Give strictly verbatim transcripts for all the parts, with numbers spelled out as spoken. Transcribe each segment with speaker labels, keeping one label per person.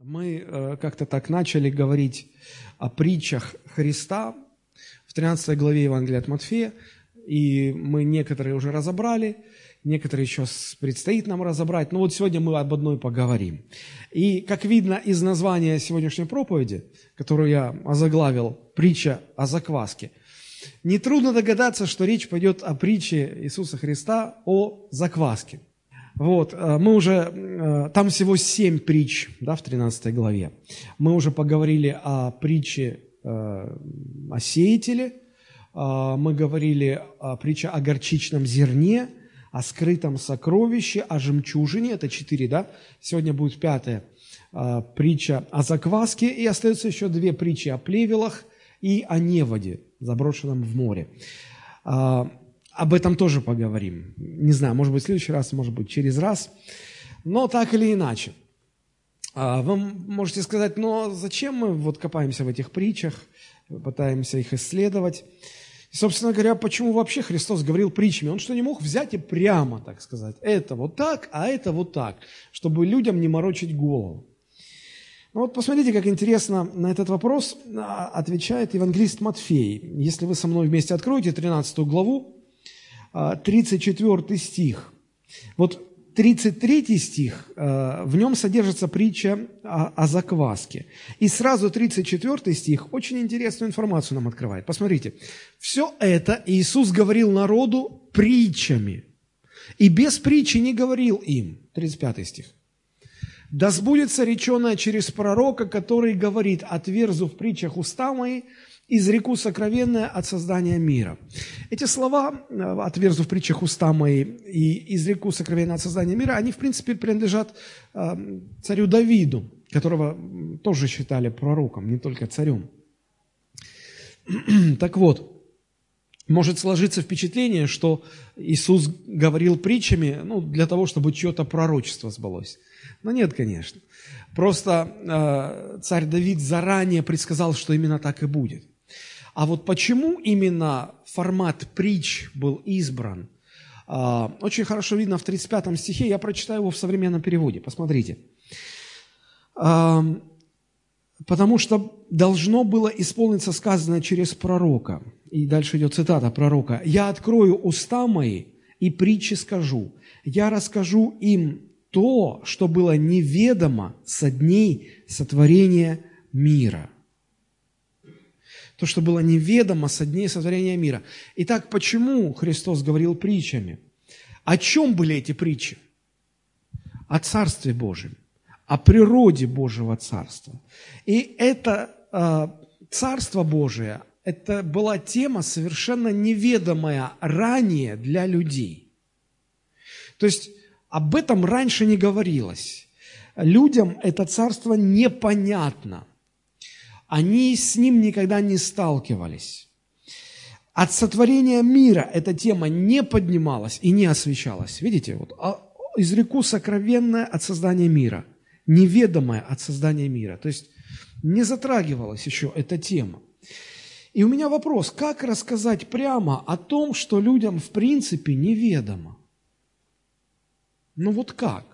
Speaker 1: Мы э, как-то так начали говорить о притчах Христа в тринадцатой главе Евангелия от Матфея, и мы некоторые уже разобрали, некоторые еще предстоит нам разобрать, но вот сегодня мы об одной поговорим. И, как видно из названия сегодняшней проповеди, которую я озаглавил «Притча о закваске», нетрудно догадаться, что речь пойдет о притче Иисуса Христа о закваске. Вот, мы уже, там всего семь притч, да, в тринадцатой главе. Мы уже поговорили о притче о сеятеле, мы говорили о притче о горчичном зерне, о скрытом сокровище, о жемчужине, это четыре, да? Сегодня будет пятая притча о закваске, и остаются еще две притчи о плевелах и о неводе, заброшенном в море. Об этом тоже поговорим. Не знаю, может быть, в следующий раз, может быть, через раз. Но так или иначе. Вы можете сказать, но зачем мы вот копаемся в этих притчах, пытаемся их исследовать? И, собственно говоря, почему вообще Христос говорил притчами? Он что, не мог взять и прямо, так сказать, это вот так, а это вот так, чтобы людям не морочить голову? Ну вот посмотрите, как интересно на этот вопрос отвечает евангелист Матфей. Если вы со мной вместе откроете тринадцатую главу, тридцать четвёртый стих. Вот тридцать третий стих, в нем содержится притча о, о закваске. И сразу тридцать четвёртый стих очень интересную информацию нам открывает. Посмотрите, все это Иисус говорил народу притчами. И без притчи не говорил им. тридцать пятый стих. «Да сбудется реченое через пророка, который говорит: отверзу в притчах уста мои, изреку сокровенное от создания мира». Эти слова, «отверзу в притчах уста мои» и «изреку сокровенное от создания мира», они, в принципе, принадлежат царю Давиду, которого тоже считали пророком, не только царем. Так вот, может сложиться впечатление, что Иисус говорил притчами, ну, для того, чтобы чье-то пророчество сбылось. Но нет, конечно. Просто э, царь Давид заранее предсказал, что именно так и будет. А вот почему именно формат притч был избран, э, очень хорошо видно в тридцать пятом стихе, я прочитаю его в современном переводе, посмотрите. Э, «Потому что должно было исполниться сказанное через пророка». И дальше идет цитата пророка. «Я открою уста мои и притчи скажу. Я расскажу им то, что было неведомо со дней сотворения мира». То, что было неведомо со дней сотворения мира. Итак, почему Христос говорил притчами? О чем были эти притчи? О Царстве Божьем, о природе Божьего Царства. И это э, Царство Божие, это была тема совершенно неведомая ранее для людей. То есть об этом раньше не говорилось. Людям это царство непонятно. Они с ним никогда не сталкивались. От сотворения мира эта тема не поднималась и не освещалась. Видите, вот, изреку сокровенное от создания мира, неведомое от создания мира. То есть не затрагивалась еще эта тема. И у меня вопрос, как рассказать прямо о том, что людям в принципе неведомо? Ну вот как?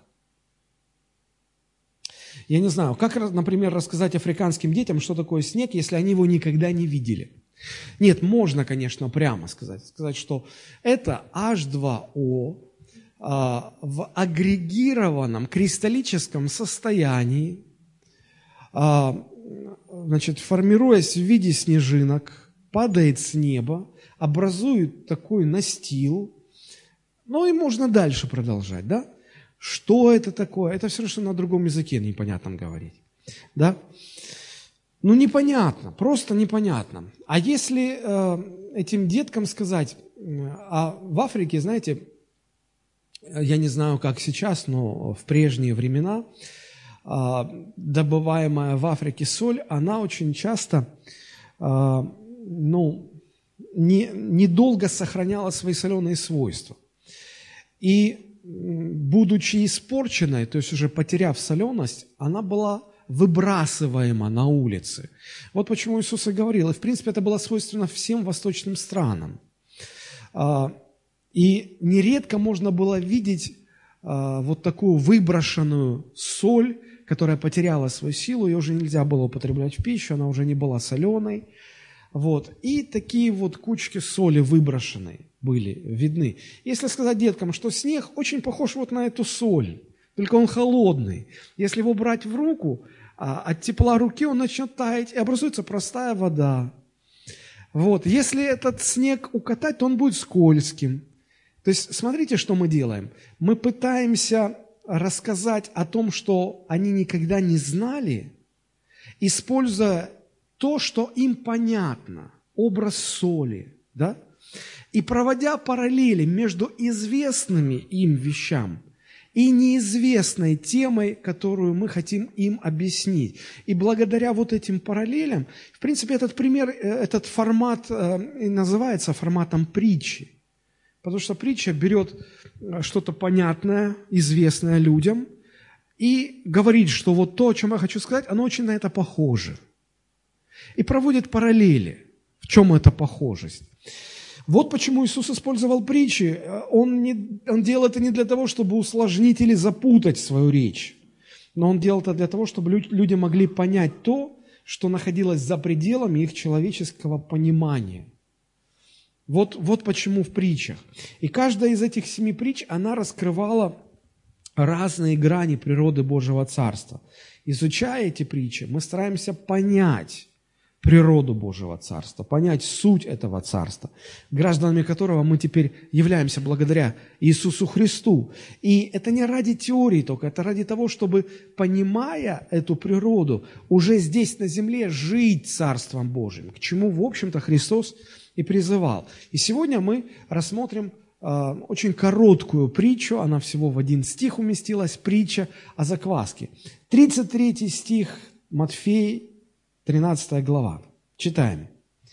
Speaker 1: Я не знаю, как, например, рассказать африканским детям, что такое снег, если они его никогда не видели? Нет, можно, конечно, прямо сказать. Сказать, что это эйч два о а, в агрегированном кристаллическом состоянии, а, значит, формируясь в виде снежинок, падает с неба, образует такой настил. Ну и можно дальше продолжать, да? Что это такое? Это все равно, что на другом языке непонятном говорить, да? Ну, непонятно, просто непонятно. А если э, этим деткам сказать, а в Африке, знаете, я не знаю, как сейчас, но в прежние времена э, добываемая в Африке соль, она очень часто, э, ну, не, недолго сохраняла свои соленые свойства. И будучи испорченной, то есть уже потеряв соленость, она была выбрасываема на улицы. Вот почему Иисус и говорил, и в принципе это было свойственно всем восточным странам. И нередко можно было видеть вот такую выброшенную соль, которая потеряла свою силу, ее уже нельзя было употреблять в пищу, она уже не была соленой. Вот. И такие вот кучки соли выброшенной были видны. Если сказать деткам, что снег очень похож вот на эту соль, только он холодный. Если его брать в руку, от тепла руки он начнет таять, и образуется простая вода. Вот. Если этот снег укатать, то он будет скользким. То есть смотрите, что мы делаем. Мы пытаемся рассказать о том, что они никогда не знали, используя то, что им понятно, образ соли, да? И проводя параллели между известными им вещам и неизвестной темой, которую мы хотим им объяснить. И благодаря вот этим параллелям, в принципе, этот пример, этот формат и называется форматом притчи. Потому что притча берет что-то понятное, известное людям, и говорит, что вот то, о чем я хочу сказать, оно очень на это похоже. И проводит параллели. В чем эта похожесть? Вот почему Иисус использовал притчи. Он, не, он делал это не для того, чтобы усложнить или запутать свою речь, но Он делал это для того, чтобы люди могли понять то, что находилось за пределами их человеческого понимания. Вот, вот почему в притчах. И каждая из этих семи притч, она раскрывала разные грани природы Божьего Царства. Изучая эти притчи, мы стараемся понять природу Божьего Царства, понять суть этого Царства, гражданами которого мы теперь являемся благодаря Иисусу Христу. И это не ради теории только, это ради того, чтобы, понимая эту природу, уже здесь на земле жить Царством Божьим, к чему, в общем-то, Христос и призывал. И сегодня мы рассмотрим э, очень короткую притчу, она всего в один стих уместилась, притча о закваске. тридцать третий стих, Матфея, тринадцатая глава. Читаем.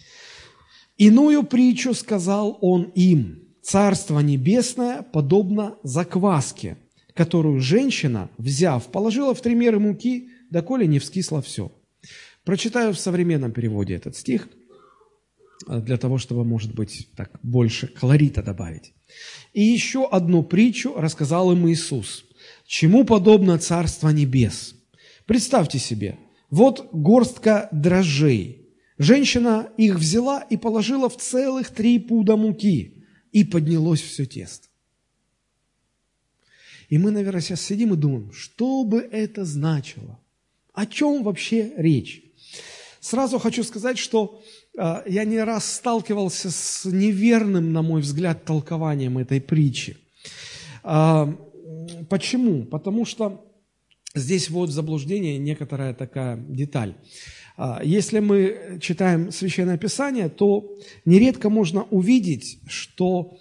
Speaker 1: «Иную притчу сказал он им: Царство Небесное подобно закваске, которую женщина, взяв, положила в три меры муки, доколе не вскисло все». Прочитаю в современном переводе этот стих, для того, чтобы, может быть, так больше колорита добавить. «И еще одну притчу рассказал им Иисус. Чему подобно Царство Небес? Представьте себе, вот горстка дрожжей. Женщина их взяла и положила в целых три пуда муки, и поднялось все тесто». И мы, наверное, сейчас сидим и думаем, что бы это значило? О чем вообще речь? Сразу хочу сказать, что э, я не раз сталкивался с неверным, на мой взгляд, толкованием этой притчи. Э, почему? Потому что здесь вводит в заблуждение некоторая такая деталь. Если мы читаем Священное Писание, то нередко можно увидеть, что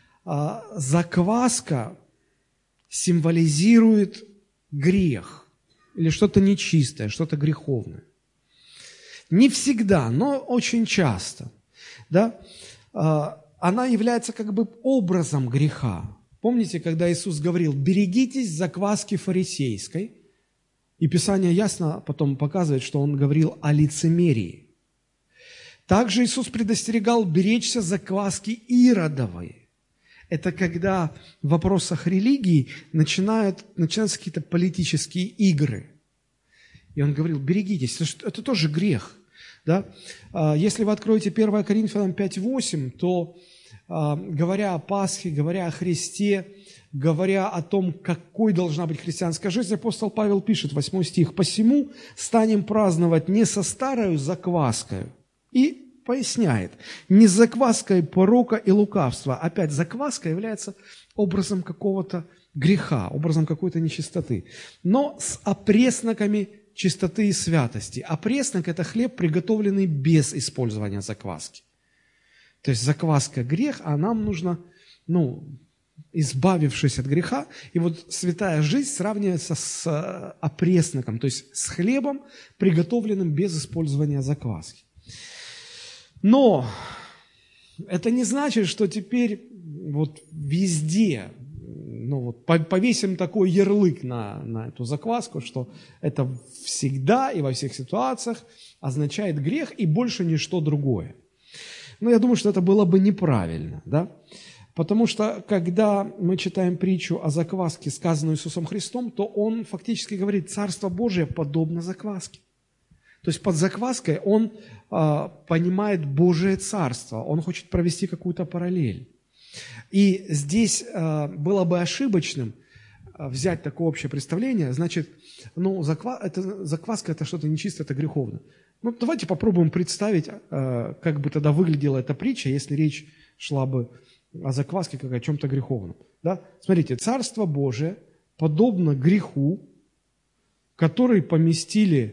Speaker 1: закваска символизирует грех или что-то нечистое, что-то греховное. Не всегда, но очень часто. Да? Она является как бы образом греха. Помните, когда Иисус говорил: «Берегитесь закваски фарисейской», и Писание ясно потом показывает, что Он говорил о лицемерии. Также Иисус предостерегал беречься закваски иродовой. Это когда в вопросах религии начинают, начинаются какие-то политические игры. И Он говорил: берегитесь, это тоже грех. Да? Если вы откроете первое Коринфянам пять восемь, то, говоря о Пасхе, говоря о Христе, говоря о том, какой должна быть христианская жизнь, апостол Павел пишет, восьмой стих: «Посему станем праздновать не со старою закваскою». И поясняет: не с закваской порока и лукавства. Опять, закваска является образом какого-то греха, образом какой-то нечистоты, но с опресноками чистоты и святости. Опреснок – это хлеб, приготовленный без использования закваски. То есть закваска – грех, а нам нужно, ну, избавившись от греха, и вот святая жизнь сравнивается с опресноком, то есть с хлебом, приготовленным без использования закваски. Но это не значит, что теперь вот везде, ну вот повесим такой ярлык на, на эту закваску, что это всегда и во всех ситуациях означает грех и больше ничто другое. Но я думаю, что это было бы неправильно, да? Потому что, когда мы читаем притчу о закваске, сказанную Иисусом Христом, то Он фактически говорит, Царство Божие подобно закваске. То есть под закваской Он а, понимает Божие Царство, Он хочет провести какую-то параллель. И здесь а, было бы ошибочным а, взять такое общее представление, значит, ну, заква, это, закваска – это что-то нечистое, это греховно. Ну, давайте попробуем представить, а, как бы тогда выглядела эта притча, если речь шла бы о закваске как о чем-то греховном. Да? Смотрите, Царство Божие подобно греху, который поместили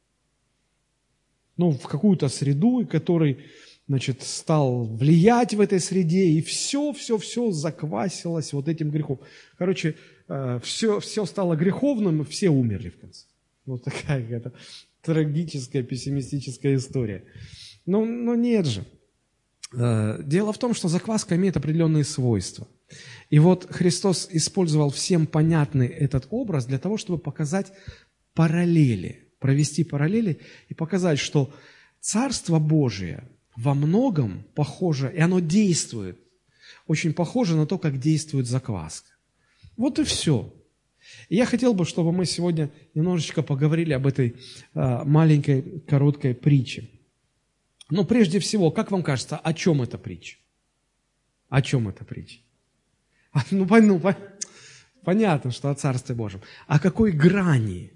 Speaker 1: ну, в какую-то среду, и который, значит, стал влиять в этой среде, и все, все, все заквасилось вот этим грехом. Короче, все, все стало греховным, и все умерли в конце. Вот такая какая-то трагическая, пессимистическая история. Но, но нет же. Дело в том, что закваска имеет определенные свойства. И вот Христос использовал всем понятный этот образ для того, чтобы показать параллели, провести параллели и показать, что Царство Божие во многом похоже, и оно действует, очень похоже на то, как действует закваска. Вот и все. И я хотел бы, чтобы мы сегодня немножечко поговорили об этой а, маленькой, короткой притче. Но прежде всего, как вам кажется, о чем эта притча? О чем эта притча? А, ну, ну, понятно, что о Царстве Божьем. О какой грани?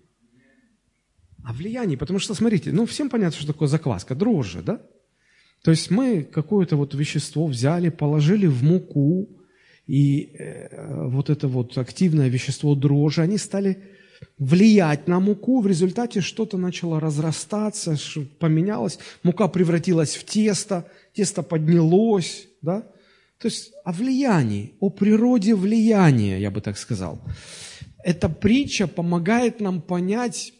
Speaker 1: О влиянии. Потому что, смотрите, ну, всем понятно, что такое закваска, дрожжи, да? То есть мы какое-то вот вещество взяли, положили в муку, и э, вот это вот активное вещество дрожжи, они стали влиять на муку, в результате что-то начало разрастаться, поменялось, мука превратилась в тесто, тесто поднялось, да? То есть о влиянии, о природе влияния, я бы так сказал. Эта притча помогает нам понять,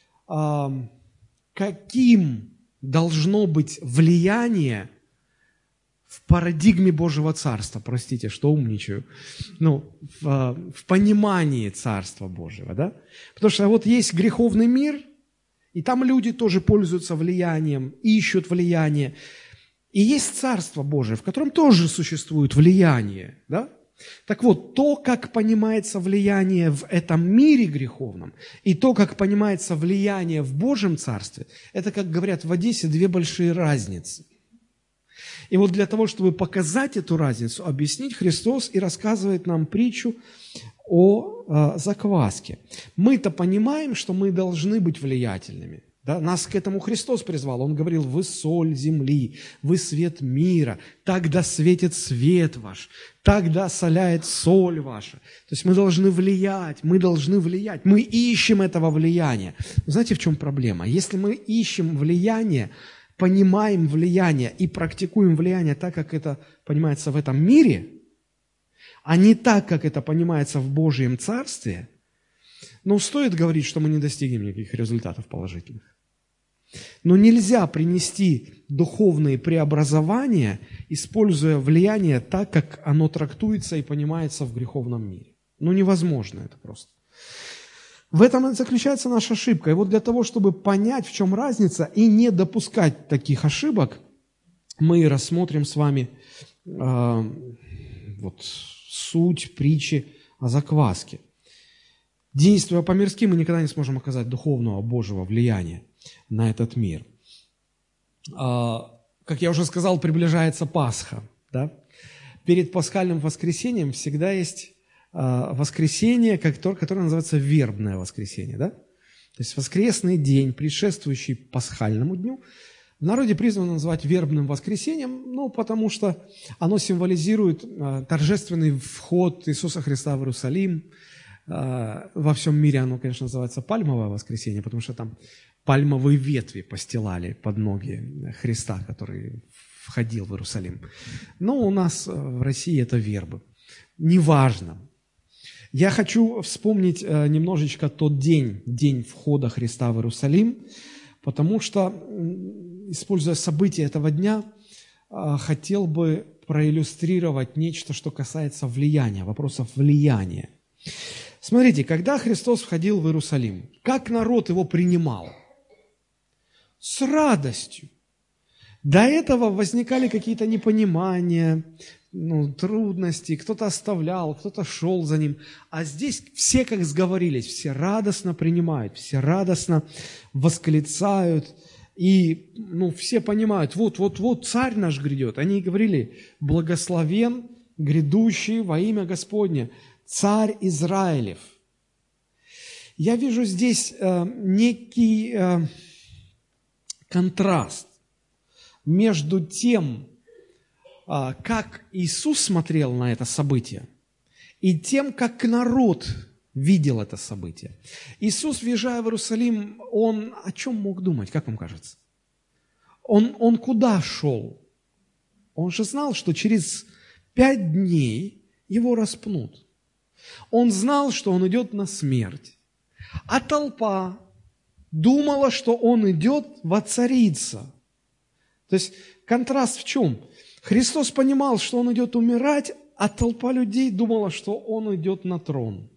Speaker 1: каким должно быть влияние в парадигме Божьего Царства, простите, что умничаю, ну, в, в понимании Царства Божьего, да? Потому что вот есть греховный мир, и там люди тоже пользуются влиянием, ищут влияние. И есть Царство Божие, в котором тоже существует влияние, да? Так вот, то, как понимается влияние в этом мире греховном, и то, как понимается влияние в Божьем Царстве, это, как говорят в Одессе, две большие разницы. И вот для того, чтобы показать эту разницу, объяснить, Христос и рассказывает нам притчу о э, закваске. Мы-то понимаем, что мы должны быть влиятельными. Да? Нас к этому Христос призвал. Он говорил, вы соль земли, вы свет мира, тогда светит свет ваш, тогда соляет соль ваша. То есть мы должны влиять, мы должны влиять. Мы ищем этого влияния. Но знаете, в чем проблема? Если мы ищем влияние, понимаем влияние и практикуем влияние так, как это понимается в этом мире, а не так, как это понимается в Божьем Царстве, ну, стоит говорить, что мы не достигнем никаких результатов положительных. Но нельзя принести духовные преобразования, используя влияние так, как оно трактуется и понимается в греховном мире. Ну, невозможно это просто. В этом и заключается наша ошибка. И вот для того, чтобы понять, в чем разница, и не допускать таких ошибок, мы рассмотрим с вами э, вот, суть притчи о закваске. Действуя по-мирски, мы никогда не сможем оказать духовного Божьего влияния на этот мир. Э, как я уже сказал, приближается Пасха. Да? Перед пасхальным воскресением всегда есть воскресенье, которое называется вербное воскресенье, да? То есть воскресный день, предшествующий пасхальному дню, в народе призвано называть вербным воскресеньем, ну, потому что оно символизирует торжественный вход Иисуса Христа в Иерусалим. Во всем мире оно, конечно, называется пальмовое воскресенье, потому что там пальмовые ветви постилали под ноги Христа, который входил в Иерусалим. Но у нас в России это вербы. Неважно. Я хочу вспомнить немножечко тот день, день входа Христа в Иерусалим, потому что, используя события этого дня, хотел бы проиллюстрировать нечто, что касается влияния, вопросов влияния. Смотрите, когда Христос входил в Иерусалим, как народ его принимал? С радостью. До этого возникали какие-то непонимания, ну, трудности, кто-то оставлял, кто-то шел за ним. А здесь все как сговорились, все радостно принимают, все радостно восклицают. И ну, все понимают, вот, вот, вот царь наш грядет. Они говорили, благословен грядущий во имя Господне, царь Израилев. Я вижу здесь э, некий э, контраст между тем, э, как Иисус смотрел на это событие, и тем, как народ видел это событие. Иисус, въезжая в Иерусалим, Он о чем мог думать, как вам кажется? Он, он куда шел? Он же знал, что через пять дней Его распнут. Он знал, что Он идет на смерть. А толпа думала, что Он идет воцариться. То есть контраст в чем? Христос понимал, что Он идет умирать, а толпа людей думала, что Он идет на трон.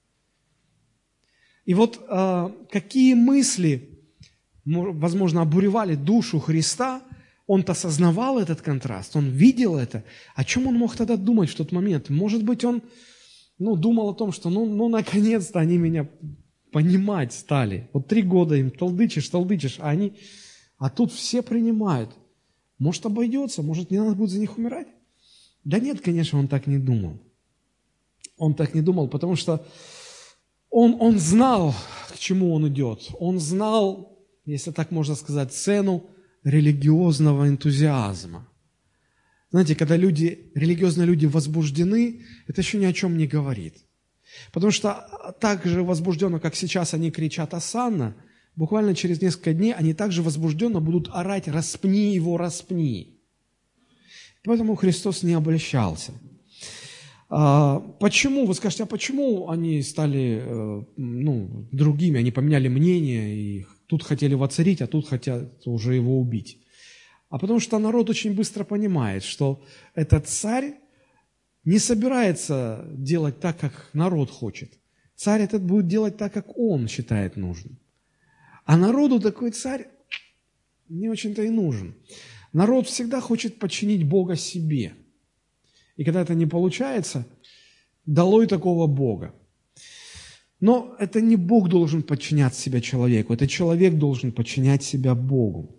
Speaker 1: И вот э, какие мысли, возможно, обуревали душу Христа, Он-то осознавал этот контраст, Он видел это. О чем Он мог тогда думать в тот момент? Может быть, Он ну, думал о том, что ну, ну наконец-то они меня понимать стали. Вот три года им толдычишь, толдычишь, а они, а тут все принимают. Может, обойдется, может, не надо будет за них умирать? Да нет, конечно, Он так не думал. Он так не думал, потому что Он, он знал, к чему Он идет. Он знал, если так можно сказать, цену религиозного энтузиазма. Знаете, когда люди, религиозные люди возбуждены, это еще ни о чем не говорит. Потому что так же возбужденно, как сейчас они кричат «Осанна», буквально через несколько дней они также возбужденно будут орать «Распни его, распни». Поэтому Христос не обольщался. А, почему, вы скажете, а почему они стали ну, другими, они поменяли мнение, и тут хотели воцарить, а тут хотят уже его убить? А потому что народ очень быстро понимает, что этот царь не собирается делать так, как народ хочет. Царь этот будет делать так, как он считает нужным. А народу такой царь не очень-то и нужен. Народ всегда хочет подчинить Бога себе. И когда это не получается, долой такого Бога. Но это не Бог должен подчинять себя человеку, это человек должен подчинять себя Богу.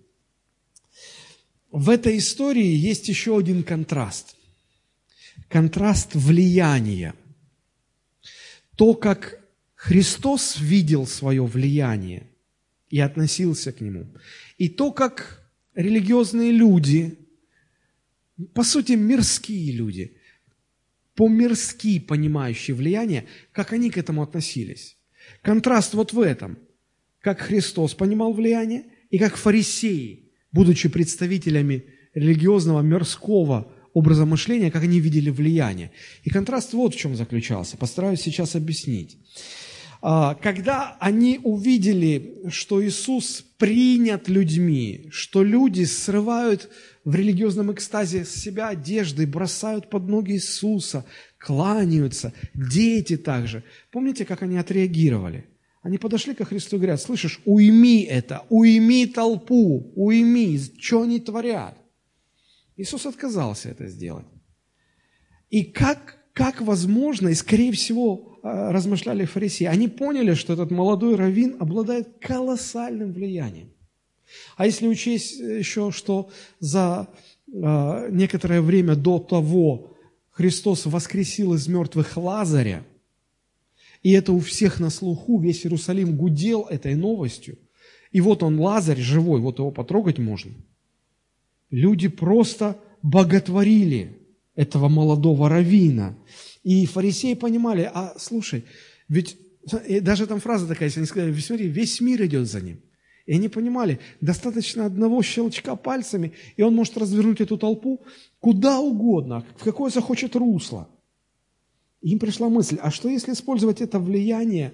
Speaker 1: В этой истории есть еще один контраст. Контраст влияния. То, как Христос видел свое влияние и относился к нему. И то, как религиозные люди, по сути, мирские люди, по-мирски понимающие влияние, как они к этому относились. Контраст вот в этом. Как Христос понимал влияние, и как фарисеи, будучи представителями религиозного мирского образа мышления, как они видели влияние. И контраст вот в чем заключался. Постараюсь сейчас объяснить. Когда они увидели, что Иисус принят людьми, что люди срывают в религиозном экстазе с себя одежды, бросают под ноги Иисуса, кланяются, дети также. Помните, как они отреагировали? Они подошли ко Христу и говорят: слышишь, уйми это, уйми толпу, уйми, что они творят? Иисус отказался это сделать. И как, как возможно, и скорее всего, размышляли фарисеи, они поняли, что этот молодой раввин обладает колоссальным влиянием. А если учесть еще, что за некоторое время до того Христос воскресил из мертвых Лазаря, и это у всех на слуху, весь Иерусалим гудел этой новостью, и вот он, Лазарь, живой, вот его потрогать можно. Люди просто боготворили этого молодого раввина. И фарисеи понимали, а слушай, ведь даже там фраза такая, если они сказали, смотри, весь мир идет за ним. И они понимали, достаточно одного щелчка пальцами, и он может развернуть эту толпу куда угодно, в какое захочет русло. И им пришла мысль, а что если использовать это влияние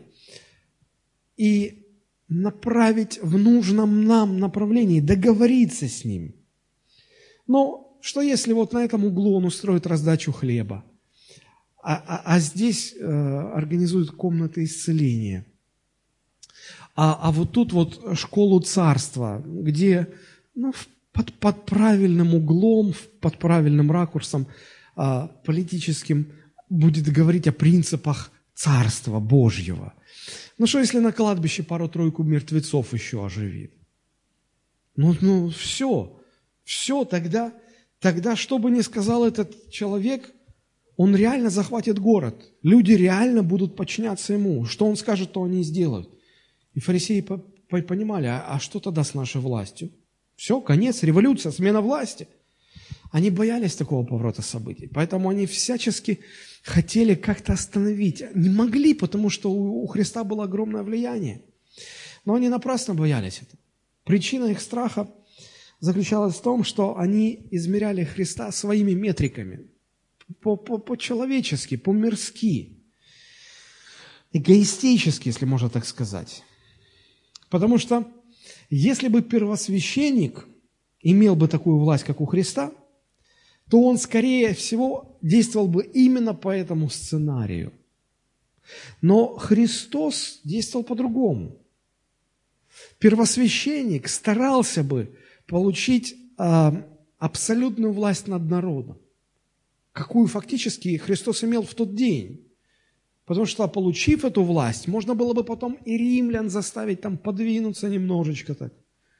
Speaker 1: и направить в нужном нам направлении, договориться с ним? Но что если вот на этом углу он устроит раздачу хлеба, а, а, а здесь э, организует комнаты исцеления, а, а вот тут вот школу царства, где ну, под, под правильным углом, под правильным ракурсом а, политическим, будет говорить о принципах Царства Божьего. Ну что, если на кладбище пару-тройку мертвецов еще оживит? Ну, ну все, все, тогда, тогда, что бы ни сказал этот человек, он реально захватит город. Люди реально будут подчиняться ему. Что он скажет, то они и сделают. И фарисеи по- по- понимали, а, а что тогда с нашей властью? Все, конец, революция, смена власти. Они боялись такого поворота событий, поэтому они всячески хотели как-то остановить. Не могли, потому что у Христа было огромное влияние. Но они напрасно боялись этого. Причина их страха заключалась в том, что они измеряли Христа своими метриками, по-человечески, по-мирски, эгоистически, если можно так сказать. Потому что если бы первосвященник имел бы такую власть, как у Христа, то он, скорее всего, действовал бы именно по этому сценарию. Но Христос действовал по-другому. Первосвященник старался бы получить а, абсолютную власть над народом, какую фактически Христос имел в тот день. Потому что, получив эту власть, можно было бы потом и римлян заставить там подвинуться немножечко так.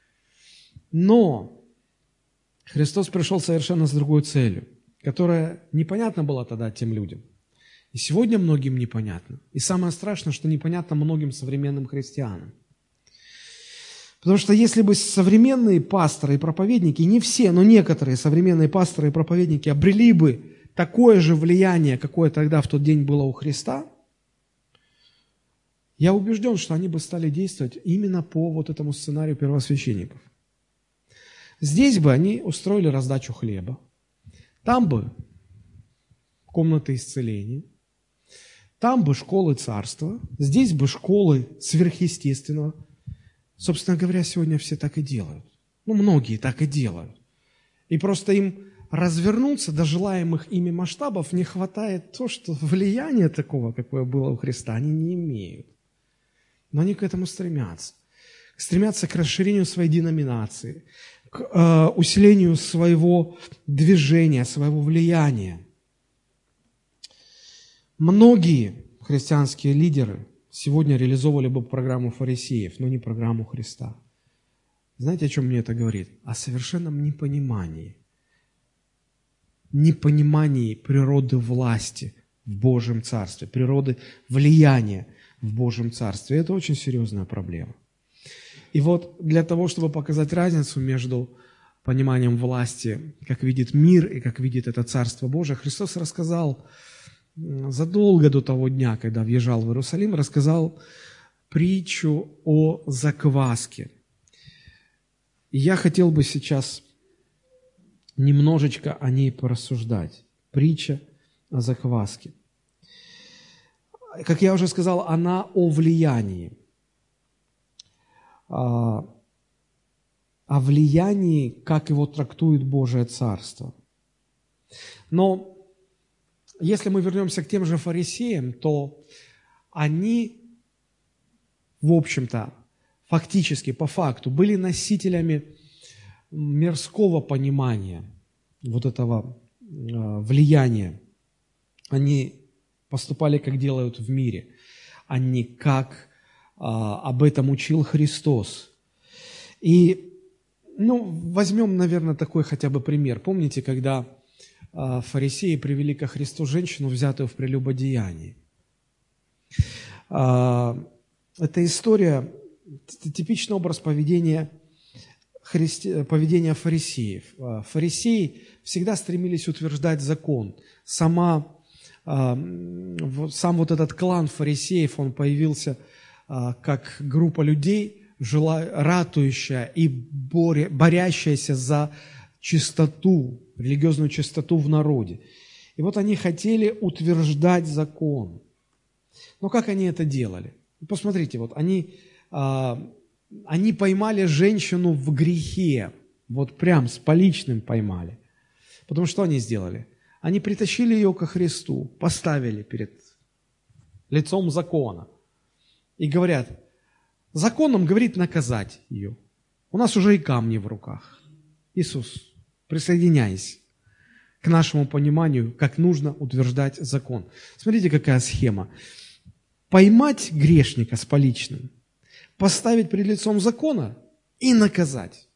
Speaker 1: Но Христос пришел совершенно с другой целью, которая непонятна была тогда тем людям. И сегодня многим непонятно. И самое страшное, что непонятно многим современным христианам. Потому что если бы современные пасторы и проповедники, не все, но некоторые современные пасторы и проповедники обрели бы такое же влияние, какое тогда в тот день было у Христа, я убежден, что они бы стали действовать именно по вот этому сценарию первосвященников. Здесь бы они устроили раздачу хлеба, там бы комнаты исцеления, там бы школы царства, здесь бы школы сверхъестественного. Собственно говоря, сегодня все так и делают. Ну, многие так и делают. И просто им развернуться до желаемых ими масштабов не хватает то, что влияния такого, какое было у Христа, они не имеют. Но они к этому стремятся. Стремятся к расширению своей деноминации, к э, усилению своего движения, своего влияния. Многие христианские лидеры сегодня реализовывали бы программу фарисеев, но не программу Христа. Знаете, о чем мне это говорит? О совершенном непонимании. Непонимании природы власти в Божьем Царстве, природы влияния в Божьем Царстве. Это очень серьезная проблема. И вот для того, чтобы показать разницу между пониманием власти, как видит мир и как видит это Царство Божие, Христос рассказал задолго до того дня, когда въезжал в Иерусалим, рассказал притчу о закваске. И я хотел бы сейчас немножечко о ней порассуждать. Притча о закваске. Как я уже сказал, она о влиянии. О влиянии, как его трактует Божие Царство. Но если мы вернемся к тем же фарисеям, то они, в общем-то, фактически, по факту, были носителями мирского понимания вот этого влияния. Они поступали, как делают в мире, а не как а, об этом учил Христос. И, ну, возьмем, наверное, такой хотя бы пример. Помните, когда а, фарисеи привели ко Христу женщину, взятую в прелюбодеянии? А, эта история – типичный образ поведения, христи... поведения фарисеев. Фарисеи всегда стремились утверждать закон. Сама Сам вот этот клан фарисеев, он появился как группа людей, ратующая и борящаяся за чистоту, религиозную чистоту в народе. И вот они хотели утверждать закон. Но как они это делали? Посмотрите, вот они, они поймали женщину в грехе, вот прям с поличным поймали. Потому что они сделали? Они притащили ее ко Христу, поставили перед лицом закона. И говорят, закон нам говорит наказать ее. У нас уже и камни в руках. Иисус, присоединяйся к нашему пониманию, как нужно утверждать закон. Смотрите, какая схема. Поймать грешника с поличным, поставить перед лицом закона и наказать.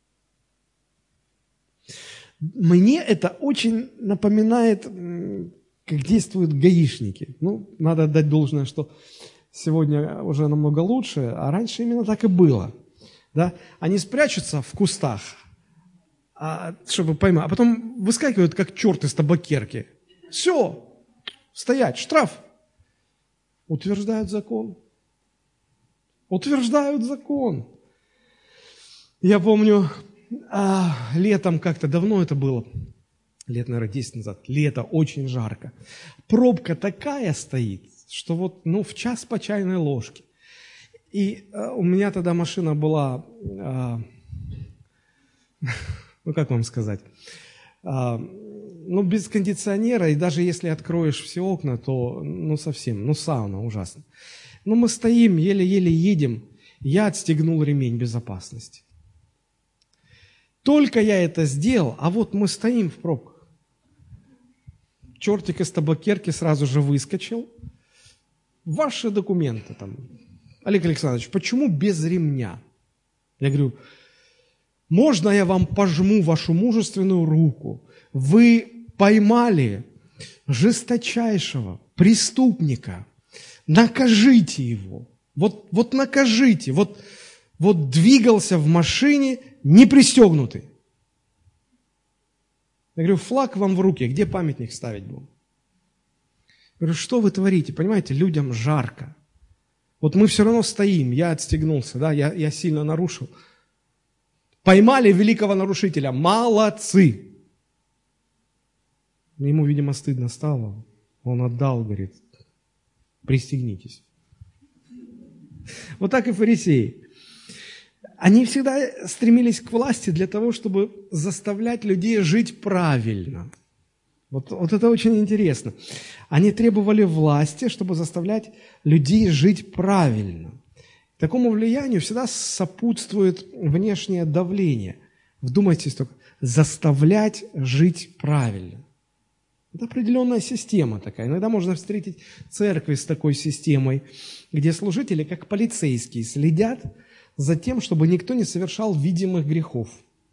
Speaker 1: Мне это очень напоминает, как действуют гаишники. Ну, надо отдать должное, что сегодня уже намного лучше, а раньше именно так и было. Да? Они спрячутся в кустах, а, чтобы поймать, а потом выскакивают, как черт из табакерки. Все, стоять, штраф. Утверждают закон. Утверждают закон. Я помню, а, летом как-то, давно это было, лет, наверное, десять назад, лето, очень жарко. Пробка такая стоит, что вот, ну, в час по чайной ложке. И а, у меня тогда машина была, а, ну, как вам сказать, а, ну, без кондиционера, и даже если откроешь все окна, то, ну, совсем, ну, сауна ужасно. Ну, мы стоим, еле-еле едем, я отстегнул ремень безопасности. Только я это сделал, а вот мы стоим в пробках. Чертик из табакерки сразу же выскочил. Ваши документы там. Олег Александрович, почему без ремня? Я говорю, можно я вам пожму вашу мужественную руку? Вы поймали жесточайшего преступника. Накажите его. Вот, вот накажите. Вот, вот двигался в машине не пристегнутый. Я говорю, флаг вам в руки, где памятник ставить будем? Я говорю, что вы творите? Понимаете, людям жарко. Вот мы все равно стоим, я отстегнулся, да, я, я сильно нарушил. Поймали великого нарушителя, молодцы. Ему, видимо, стыдно стало. Он отдал, говорит, пристегнитесь. Вот так и фарисеи. Они всегда стремились к власти для того, чтобы заставлять людей жить правильно. Вот, вот это очень интересно. Они требовали власти, чтобы заставлять людей жить правильно. Такому влиянию всегда сопутствует внешнее давление. Вдумайтесь только, заставлять жить правильно. Это определенная система такая. Иногда можно встретить церкви с такой системой, где служители, как полицейские, следят за тем, чтобы никто не совершал видимых грехов.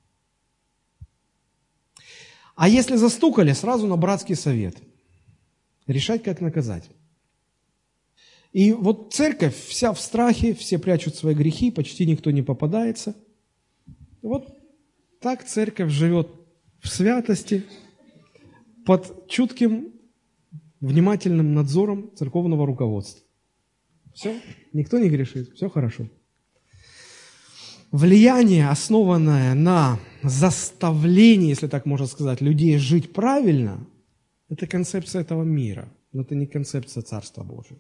Speaker 1: А если застукали, сразу на братский совет. Решать, как наказать. И вот церковь вся в страхе, все прячут свои грехи, почти никто не попадается. Вот так церковь живет в святости, под чутким, внимательным надзором церковного руководства. Все, никто не грешит, все хорошо. Влияние, основанное на заставлении, если так можно сказать, людей жить правильно, это концепция этого мира, но это не концепция Царства Божьего.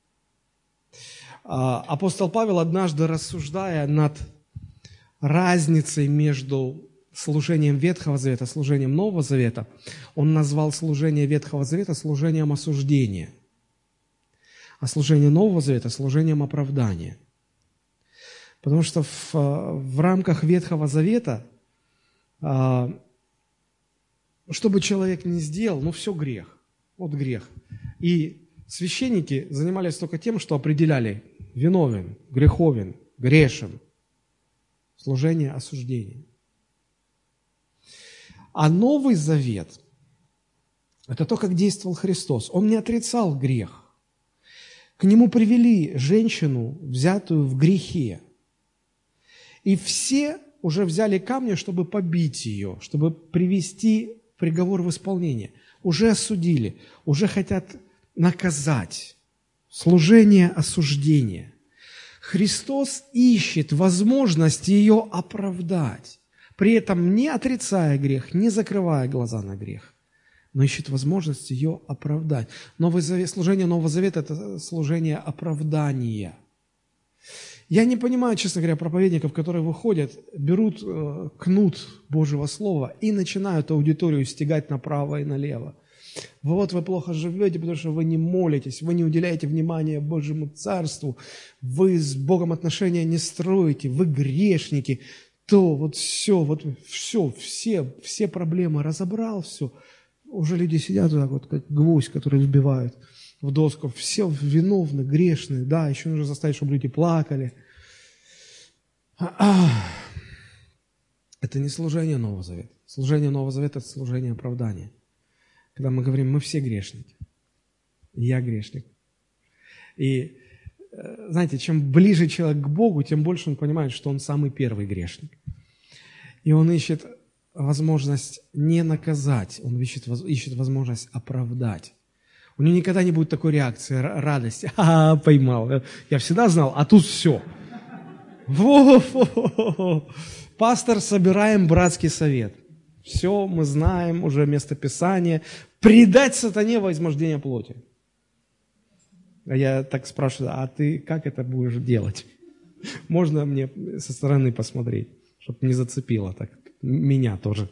Speaker 1: Апостол Павел, однажды рассуждая над разницей между служением Ветхого Завета, служением Нового Завета, он назвал служение Ветхого Завета служением осуждения, а служение Нового Завета служением оправдания. Потому что в, в рамках Ветхого Завета, чтобы человек не сделал, ну все грех, вот грех. И священники занимались только тем, что определяли виновен, греховен, грешен. Служение осуждения. А Новый Завет – это то, как действовал Христос. Он не отрицал грех. К Нему привели женщину, взятую в грехе. И все уже взяли камни, чтобы побить ее, чтобы привести приговор в исполнение. Уже осудили, уже хотят наказать. Служение осуждения. Христос ищет возможность ее оправдать, при этом не отрицая грех, не закрывая глаза на грех, но ищет возможность ее оправдать. Новый Завет, служение Нового Завета – это служение оправдания. Я не понимаю, честно говоря, проповедников, которые выходят, берут э, кнут Божьего Слова и начинают аудиторию стягать направо и налево. Вот вы плохо живете, потому что вы не молитесь, вы не уделяете внимания Божьему Царству, вы с Богом отношения не строите, вы грешники, то вот все, вот все, все, все проблемы разобрал, все. уже люди сидят вот так вот, как гвоздь, который вбивают в доску. Все виновны, грешные, да, еще нужно заставить, чтобы люди плакали. Это не служение Нового Завета. Служение Нового Завета – это служение оправдания. Когда мы говорим, мы все грешники. Я грешник. И, знаете, чем ближе человек к Богу, тем больше он понимает, что он самый первый грешник. И он ищет возможность не наказать, он ищет, ищет возможность оправдать. У него никогда не будет такой реакции, радости. «Ха-ха, поймал, я всегда знал, а тут все». Во-во-во. Пастор, собираем братский совет. Все, мы знаем уже местописание. Предать сатане во возмождение плоти. А я так спрашиваю, а ты как это будешь делать? Можно мне со стороны посмотреть, чтобы не зацепило так меня тоже.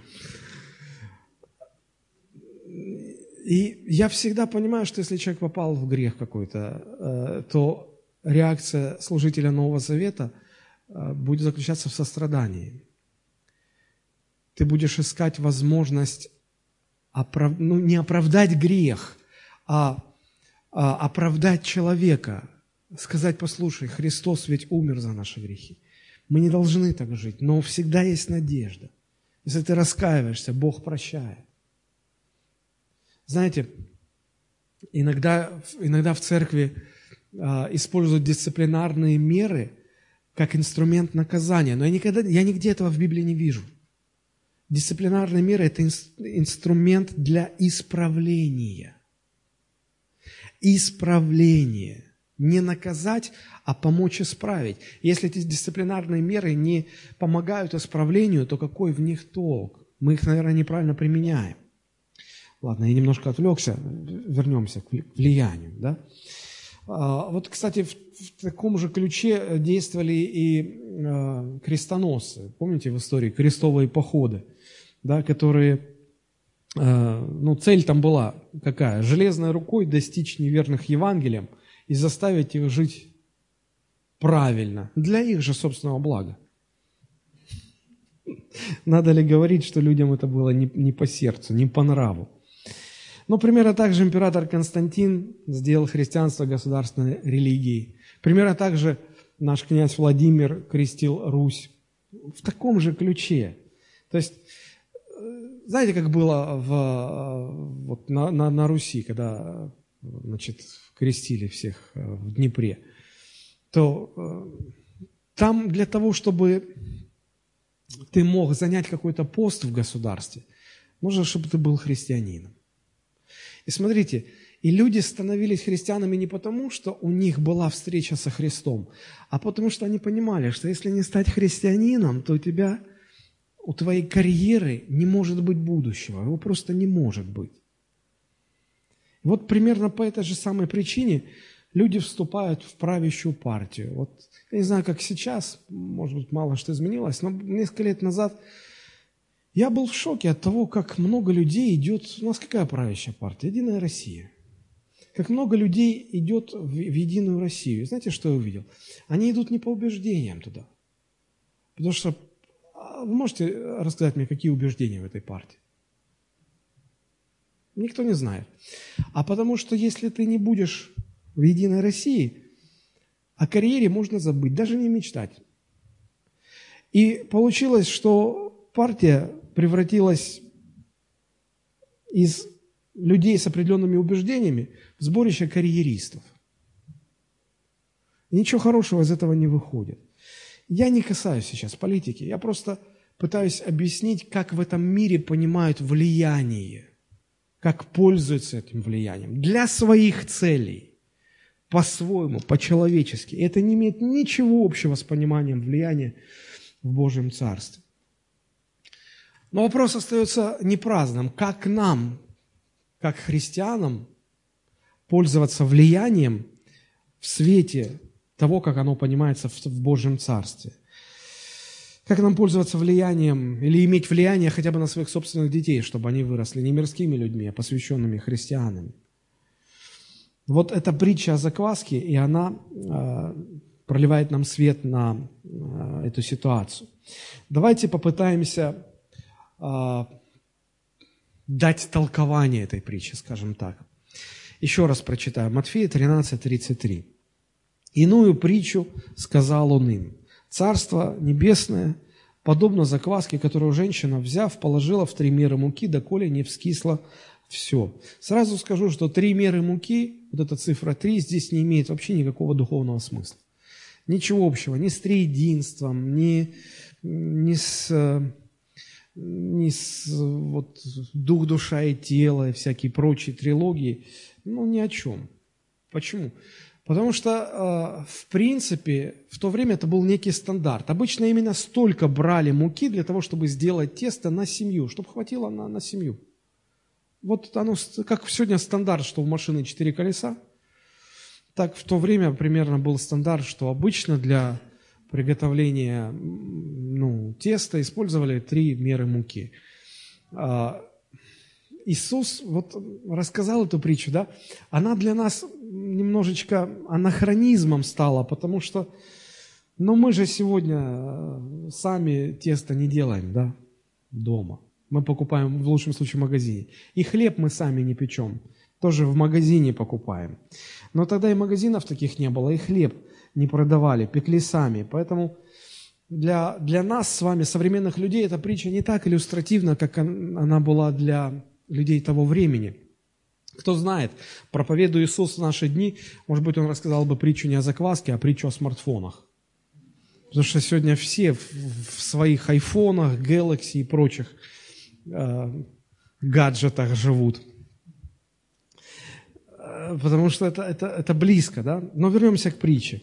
Speaker 1: И я всегда понимаю, что если человек попал в грех какой-то, то реакция служителя Нового Завета будет заключаться в сострадании. Ты будешь искать возможность оправ... ну, не оправдать грех, а, а оправдать человека. Сказать, послушай, Христос ведь умер за наши грехи. Мы не должны так жить, но всегда есть надежда. Если ты раскаиваешься, Бог прощает. Знаете, иногда, иногда в церкви а, используют дисциплинарные меры как инструмент наказания, но я, никогда, я нигде этого в Библии не вижу. Дисциплинарные меры – это инструмент для исправления. Исправление. Не наказать, а помочь исправить. Если эти дисциплинарные меры не помогают исправлению, то какой в них толк? Мы их, наверное, неправильно применяем. Ладно, я немножко отвлекся, вернемся к влиянию. Да? А, вот, кстати, в, в таком же ключе действовали и а, крестоносцы. Помните в истории крестовые походы, да, которые, а, ну, цель там была какая? Железной рукой достичь неверных Евангелием и заставить их жить правильно, для их же собственного блага. Надо ли говорить, что людям это было не, не по сердцу, не по нраву? Ну, примерно так же император Константин сделал христианство государственной религией. Примерно так же наш князь Владимир крестил Русь. В таком же ключе. То есть, знаете, как было в, вот на, на, на Руси, когда, значит, крестили всех в Днепре, то там для того, чтобы ты мог занять какой-то пост в государстве, нужно, чтобы ты был христианином. И смотрите, и люди становились христианами не потому, что у них была встреча со Христом, а потому что они понимали, что если не стать христианином, то у тебя, у твоей карьеры не может быть будущего, его просто не может быть. Вот примерно по этой же самой причине люди вступают в правящую партию. Вот, я не знаю, как сейчас, может быть, мало что изменилось, но несколько лет назад я был в шоке от того, как много людей идет... У нас какая правящая партия? Единая Россия. Как много людей идет в, в Единую Россию. И знаете, что я увидел? Они идут не по убеждениям туда. Потому что... Вы можете рассказать мне, какие убеждения в этой партии? Никто не знает. А потому что если ты не будешь в Единой России, о карьере можно забыть, даже не мечтать. И получилось, что партия превратилась из людей с определенными убеждениями в сборище карьеристов. И ничего хорошего из этого не выходит. Я не касаюсь сейчас политики, я просто пытаюсь объяснить, как в этом мире понимают влияние, как пользуются этим влиянием для своих целей, по-своему, по-человечески. И это не имеет ничего общего с пониманием влияния в Божьем Царстве. Но вопрос остается непраздным. Как нам, как христианам, пользоваться влиянием в свете того, как оно понимается в Божьем Царстве? Как нам пользоваться влиянием или иметь влияние хотя бы на своих собственных детей, чтобы они выросли не мирскими людьми, а посвященными христианами? Вот эта притча о закваске, и она э, проливает нам свет на э, эту ситуацию. Давайте попытаемся дать толкование этой притчи, скажем так. Еще раз прочитаю. Матфея тринадцать тридцать три. «Иную притчу сказал он им. Царство небесное подобно закваске, которую женщина, взяв, положила в три меры муки, доколе не вскисло все». Сразу скажу, что три меры муки, вот эта цифра три, здесь не имеет вообще никакого духовного смысла. Ничего общего ни с триединством, ни, ни с, ни с вот, дух, душа и тело, и всякие прочие трилогии. Ну, ни о чем. Почему? Потому что, в принципе, в то время это был некий стандарт. Обычно именно столько брали муки для того, чтобы сделать тесто на семью, чтобы хватило на, на семью. Вот оно, как сегодня стандарт, что у машины четыре колеса, так в то время примерно был стандарт, что обычно для приготовления ну, теста использовали три меры муки. Иисус вот рассказал эту притчу, да, она для нас немножечко анахронизмом стала, потому что, ну, мы же сегодня сами тесто не делаем, да, дома. Мы покупаем, в лучшем случае, в магазине. И хлеб мы сами не печем, тоже в магазине покупаем. Но тогда и магазинов таких не было, и хлеб не продавали, пекли сами. Поэтому для, для нас с вами, современных людей, эта притча не так иллюстративна, как она была для людей того времени. Кто знает, проповедуя Иисус в наши дни, может быть, Он рассказал бы притчу не о закваске, а притчу о смартфонах. Потому что сегодня все в, в своих айфонах, Galaxy и прочих э, гаджетах живут. Потому что это, это, это близко, да? Но вернемся к притче.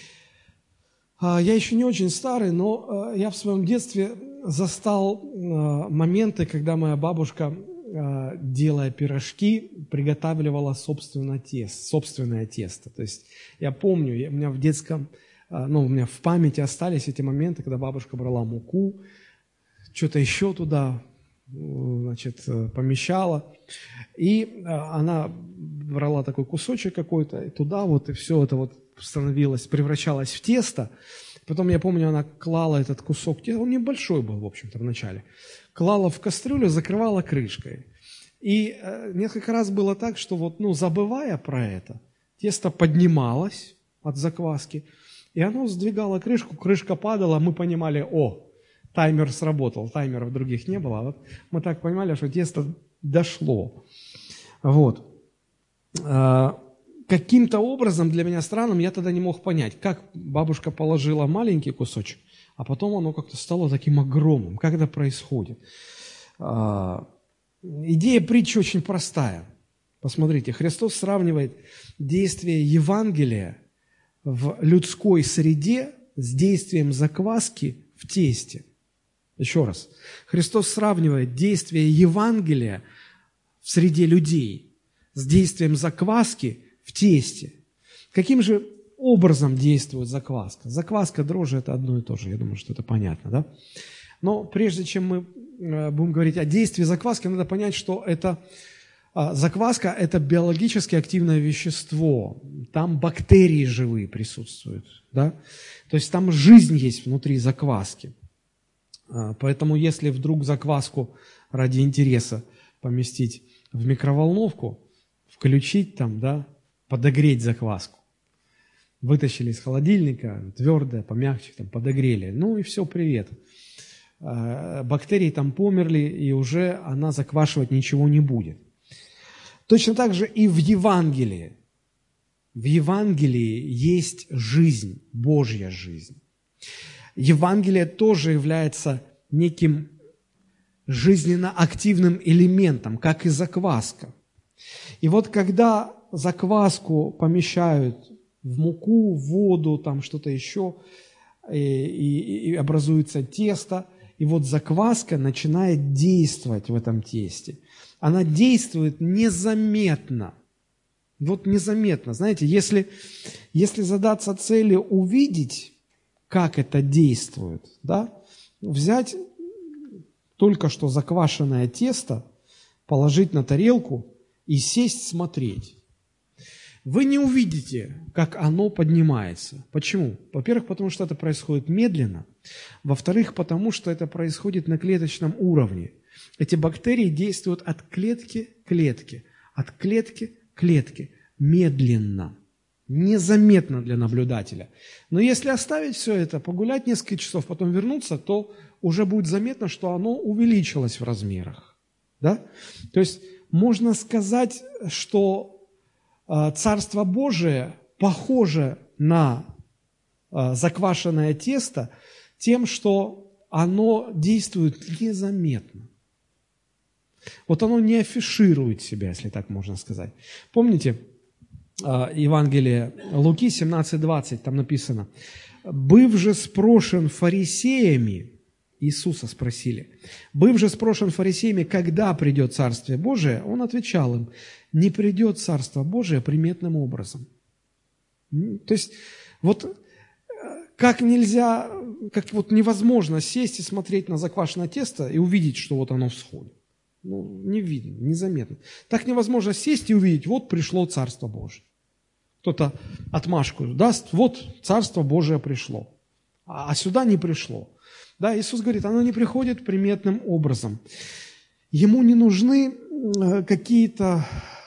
Speaker 1: Я еще не очень старый, но я в своем детстве застал моменты, когда моя бабушка, делая пирожки, приготавливала собственное тесто, собственное тесто. То есть я помню, у меня в детском, ну, у меня в памяти остались эти моменты, когда бабушка брала муку, что-то еще туда, значит, помещала, и она брала такой кусочек какой-то, и туда вот, и все это вот становилось, превращалось в тесто. Потом, я помню, она клала этот кусок теста, он небольшой был, в общем-то, вначале, клала в кастрюлю, закрывала крышкой. И э, несколько раз было так, что вот, ну, забывая про это, тесто поднималось от закваски, и оно сдвигало крышку, крышка падала, мы понимали, о, таймер сработал, таймеров других не было, а вот мы так понимали, что тесто дошло. Вот. Каким-то образом для меня странным, я тогда не мог понять, как бабушка положила маленький кусочек, а потом оно как-то стало таким огромным. Как это происходит? Идея притчи очень простая. Посмотрите, Христос сравнивает действие Евангелия в людской среде с действием закваски в тесте. Еще раз. Христос сравнивает действие Евангелия в среде людей с действием закваски в тесте. Каким же образом действует закваска? Закваска, дрожжи – это одно и то же. Я думаю, что это понятно, да? Но прежде чем мы будем говорить о действии закваски, надо понять, что это закваска – это биологически активное вещество. Там бактерии живые присутствуют, да? То есть там жизнь есть внутри закваски. Поэтому если вдруг закваску ради интереса поместить в микроволновку, включить там, да, подогреть закваску. Вытащили из холодильника, твердое, помягче, там, подогрели. Ну и все, привет. Бактерии там померли, и уже она заквашивать ничего не будет. Точно так же и в Евангелии. В Евангелии есть жизнь, Божья жизнь. Евангелие тоже является неким жизненно активным элементом, как и закваска. И вот когда закваску помещают в муку, в воду, там что-то еще, и, и, и образуется тесто, и вот закваска начинает действовать в этом тесте. Она действует незаметно. Вот незаметно. Знаете, если, если задаться целью увидеть, как это действует, да, взять только что заквашенное тесто, положить на тарелку и сесть смотреть. Вы не увидите, как оно поднимается. Почему? Во-первых, потому что это происходит медленно. Во-вторых, потому что это происходит на клеточном уровне. Эти бактерии действуют от клетки к клетке, от клетки к клетке, медленно, незаметно для наблюдателя. Но если оставить все это, погулять несколько часов, потом вернуться, то уже будет заметно, что оно увеличилось в размерах. Да? То есть можно сказать, что э, Царство Божие похоже на э, заквашенное тесто тем, что оно действует незаметно. Вот оно не афиширует себя, если так можно сказать. Помните, Евангелие Луки семнадцать двадцать, там написано: «Быв же спрошен фарисеями», Иисуса спросили, «быв же спрошен фарисеями, когда придет Царствие Божие, он отвечал им: не придет Царство Божие приметным образом». То есть вот как нельзя, как вот невозможно сесть и смотреть на заквашенное тесто и увидеть, что вот оно всходит. Ну, не видно, незаметно. Так невозможно сесть и увидеть: вот пришло Царство Божие. Кто-то отмашку даст: вот Царство Божие пришло, а сюда не пришло. Да, Иисус говорит, оно не приходит приметным образом. Ему не нужны какие-то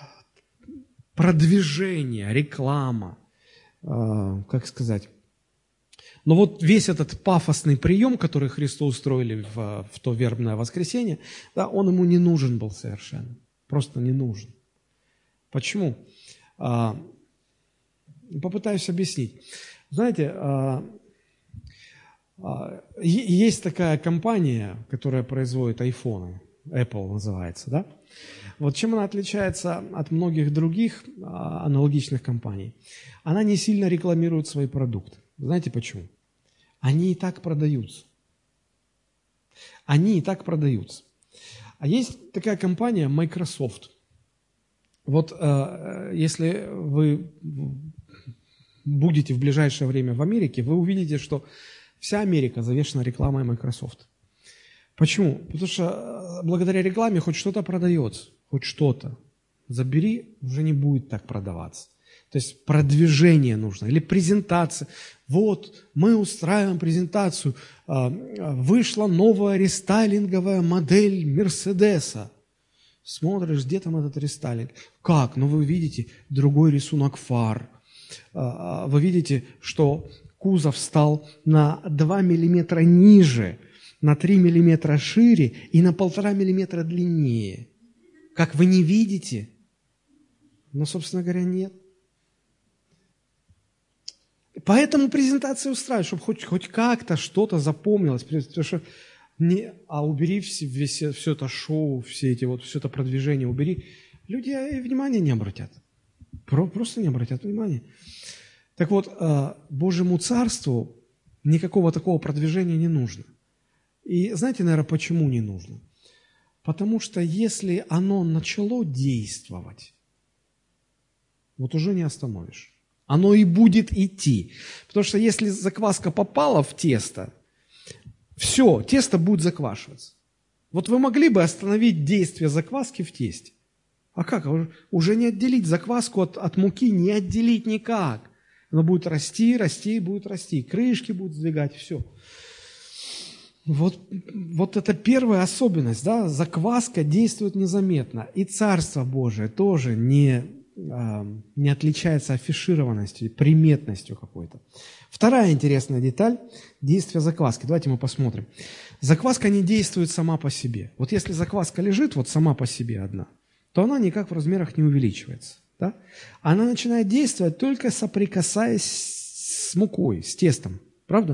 Speaker 1: продвижения, реклама, как сказать. Но вот весь этот пафосный прием, который Христу устроили в, в то вербное воскресенье, да, он ему не нужен был совершенно. Просто не нужен. Почему? А, попытаюсь объяснить. Знаете, а, а, есть такая компания, которая производит айфоны, Apple называется, да? Вот чем она отличается от многих других а, аналогичных компаний? Она не сильно рекламирует свои продукты. Знаете почему? Они и так продаются. Они и так продаются. А есть такая компания Microsoft. Вот э, если вы будете в ближайшее время в Америке, вы увидите, что вся Америка завешена рекламой Microsoft. Почему? Потому что благодаря рекламе хоть что-то продается, хоть что-то. Забери, уже не будет так продаваться. То есть продвижение нужно или презентация. Вот, мы устраиваем презентацию. Вышла новая рестайлинговая модель Мерседеса. Смотришь, где там этот рестайлинг? Как? Ну, вы видите другой рисунок фар. Вы видите, что кузов стал на два миллиметра ниже, на три миллиметра шире и на полтора миллиметра длиннее. Как, вы не видите? Ну, собственно говоря, нет. Поэтому презентация устраивает, чтобы хоть, хоть как-то что-то запомнилось. Потому что не, а убери все, все, все это шоу, все эти вот, все это продвижение убери. Люди и внимания не обратят. Про, просто не обратят внимания. Так вот, Божьему Царству никакого такого продвижения не нужно. И знаете, наверное, почему не нужно? Потому что если оно начало действовать, вот уже не остановишь. Оно и будет идти. Потому что если закваска попала в тесто, все, тесто будет заквашиваться. Вот вы могли бы остановить действие закваски в тесте. А как? Уже не отделить закваску от, от муки, не отделить никак. Оно будет расти, расти, будет расти. Крышки будут сдвигать, все. Вот, вот это первая особенность. Да? Закваска действует незаметно. И Царство Божие тоже не... не отличается афишированностью, приметностью какой-то. Вторая интересная деталь – действие закваски. Давайте мы посмотрим. Закваска не действует сама по себе. Вот если закваска лежит вот сама по себе одна, то она никак в размерах не увеличивается. Да? Она начинает действовать только соприкасаясь с мукой, с тестом. Правда?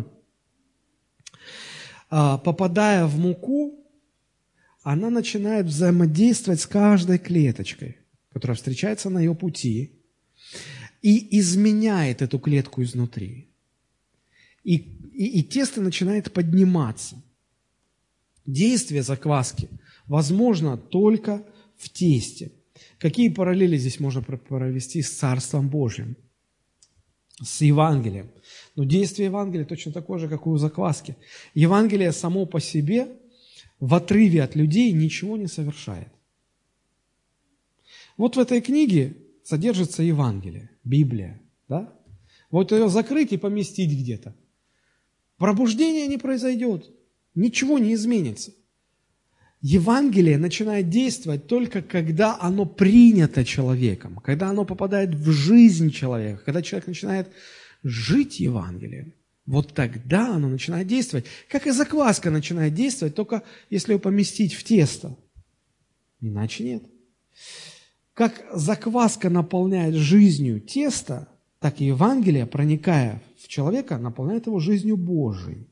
Speaker 1: А, попадая в муку, она начинает взаимодействовать с каждой клеточкой, которая встречается на ее пути, и изменяет эту клетку изнутри. И, и, и тесто начинает подниматься. Действие закваски возможно только в тесте. Какие параллели здесь можно провести с Царством Божьим, с Евангелием? Но действие Евангелия точно такое же, как и у закваски. Евангелие само по себе в отрыве от людей ничего не совершает. Вот в этой книге содержится Евангелие, Библия. Да? Вот ее закрыть и поместить где-то. Пробуждение не произойдет, ничего не изменится. Евангелие начинает действовать только когда оно принято человеком, когда оно попадает в жизнь человека, когда человек начинает жить Евангелием. Вот тогда оно начинает действовать. Как и закваска начинает действовать, только если ее поместить в тесто. Иначе нет. Как закваска наполняет жизнью тесто, так и Евангелие, проникая в человека, наполняет его жизнью Божией.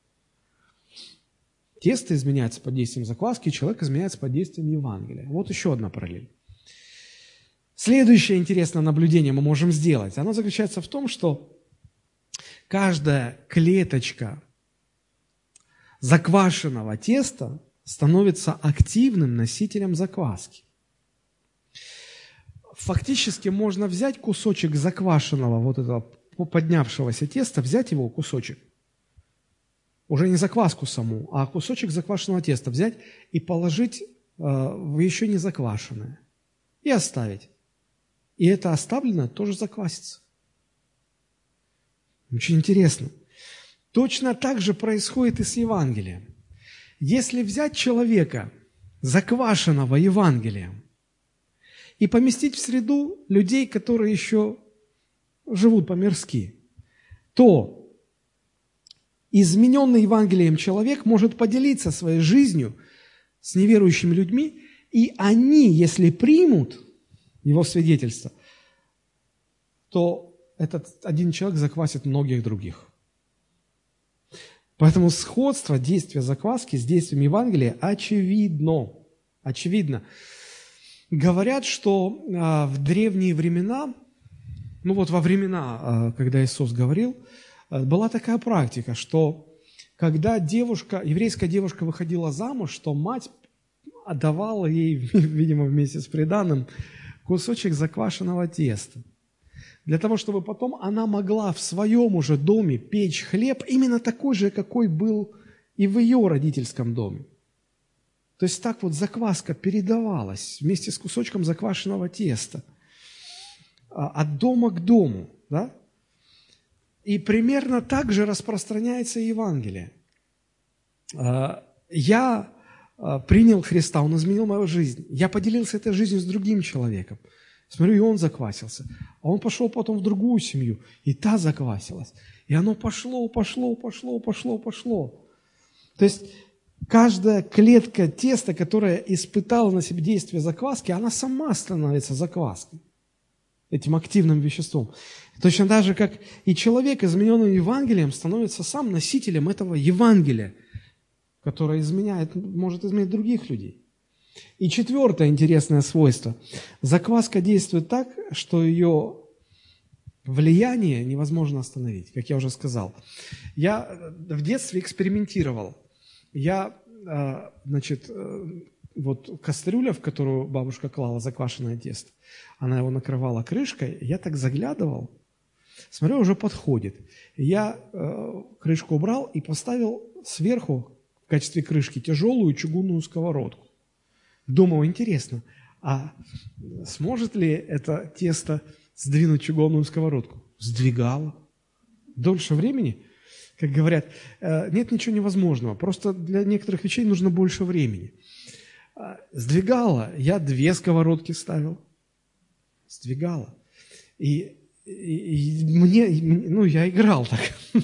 Speaker 1: Тесто изменяется под действием закваски, человек изменяется под действием Евангелия. Вот еще одна параллель. Следующее интересное наблюдение мы можем сделать. Оно заключается в том, что каждая клеточка заквашенного теста становится активным носителем закваски. Фактически можно взять кусочек заквашенного, вот этого поднявшегося теста, взять его кусочек, уже не закваску саму, а кусочек заквашенного теста взять и положить э, в еще не заквашенное и оставить. И это оставленное тоже заквасится. Очень интересно. Точно так же происходит и с Евангелием. Если взять человека, заквашенного Евангелием, и поместить в среду людей, которые еще живут по-мирски, то измененный Евангелием человек может поделиться своей жизнью с неверующими людьми, и они, если примут его свидетельство, то этот один человек заквасит многих других. Поэтому сходство действия закваски с действием Евангелия очевидно. Очевидно. Говорят, что а, в древние времена, ну вот во времена, а, когда Иисус говорил, а, была такая практика, что когда девушка, еврейская девушка выходила замуж, то мать отдавала ей, видимо, вместе с приданым, кусочек заквашенного теста. Для того, чтобы потом она могла в своем уже доме печь хлеб, именно такой же, какой был и в ее родительском доме. То есть так вот закваска передавалась вместе с кусочком заквашенного теста от дома к дому. Да? И примерно так же распространяется и Евангелие. Я принял Христа, Он изменил мою жизнь. Я поделился этой жизнью с другим человеком. Смотрю, и он заквасился. А он пошел потом в другую семью, и та заквасилась. И оно пошло, пошло, пошло, пошло, пошло. То есть каждая клетка теста, которая испытала на себе действие закваски, она сама становится закваской, этим активным веществом. Точно так же, как и человек, измененный Евангелием, становится сам носителем этого Евангелия, которое изменяет, может изменить других людей. И четвертое интересное свойство. Закваска действует так, что ее влияние невозможно остановить, как я уже сказал. Я в детстве экспериментировал. Я, значит, вот кастрюля, в которую бабушка клала заквашенное тесто, она его накрывала крышкой, я так заглядывал, смотрю, уже подходит. Я крышку убрал и поставил сверху в качестве крышки тяжелую чугунную сковородку. Думал, интересно, а сможет ли это тесто сдвинуть чугунную сковородку? Сдвигало. Дольше времени, как говорят, нет ничего невозможного, просто для некоторых вещей нужно больше времени. Сдвигало, я две сковородки ставил. Сдвигало. И, и, и мне, ну, я играл так.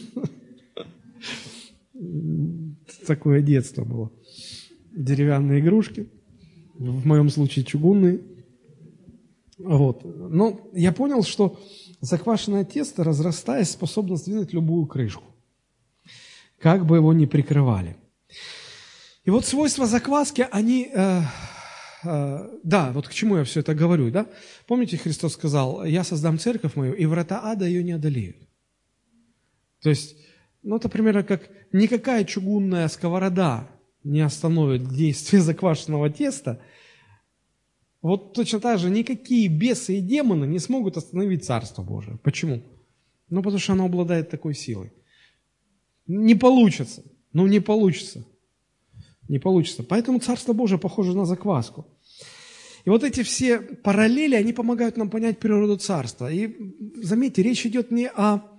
Speaker 1: Такое детство было. Деревянные игрушки. В моем случае чугунные. Вот. Но я понял, что заквашенное тесто, разрастаясь, способно сдвинуть любую крышку, как бы его ни прикрывали. И вот свойства закваски, они... Э, э, да, вот к чему я все это говорю, да? Помните, Христос сказал, «Я создам церковь мою, и врата ада ее не одолеют». То есть, ну, это примерно как никакая чугунная сковорода не остановит действие заквашенного теста, вот точно так же никакие бесы и демоны не смогут остановить Царство Божие. Почему? Ну, потому что оно обладает такой силой. Не получится. Ну, не получится. Не получится. Поэтому Царство Божие похоже на закваску. И вот эти все параллели, они помогают нам понять природу Царства. И заметьте, речь идет не о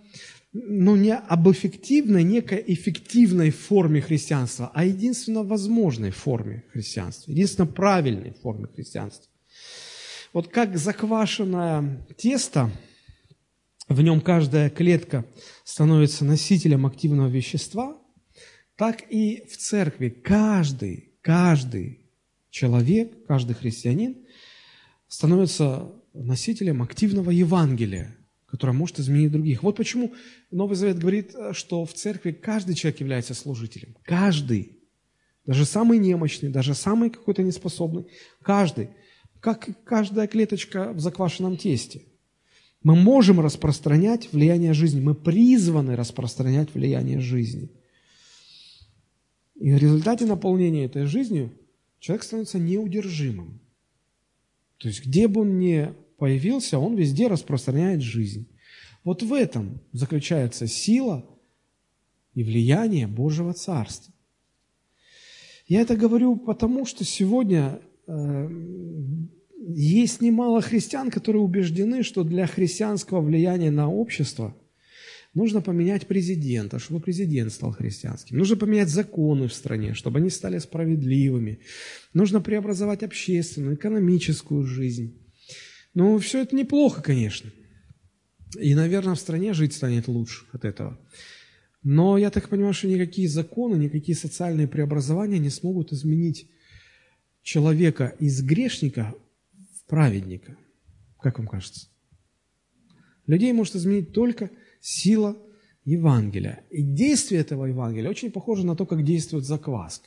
Speaker 1: ну, не об эффективной, некой эффективной форме христианства, а единственно возможной форме христианства, единственно правильной форме христианства. Вот как заквашенное тесто, в нем каждая клетка становится носителем активного вещества, так и в церкви каждый, каждый человек, каждый христианин становится носителем активного Евангелия, которое может изменить других. Вот почему Новый Завет говорит, что в церкви каждый человек является служителем. Каждый. Даже самый немощный, даже самый какой-то неспособный. Каждый. Как каждая клеточка в заквашенном тесте. Мы можем распространять влияние жизни. Мы призваны распространять влияние жизни. И в результате наполнения этой жизнью человек становится неудержимым. То есть, где бы он ни появился, он везде распространяет жизнь. Вот в этом заключается сила и влияние Божьего Царства. Я это говорю потому, что сегодня э, есть немало христиан, которые убеждены, что для христианского влияния на общество нужно поменять президента, чтобы президент стал христианским. Нужно поменять законы в стране, чтобы они стали справедливыми. Нужно преобразовать общественную, экономическую жизнь. Ну, все это неплохо, конечно. И, наверное, в стране жить станет лучше от этого. Но я так понимаю, что никакие законы, никакие социальные преобразования не смогут изменить человека из грешника в праведника. Как вам кажется? Людей может изменить только сила Евангелия. И действие этого Евангелия очень похоже на то, как действует закваска.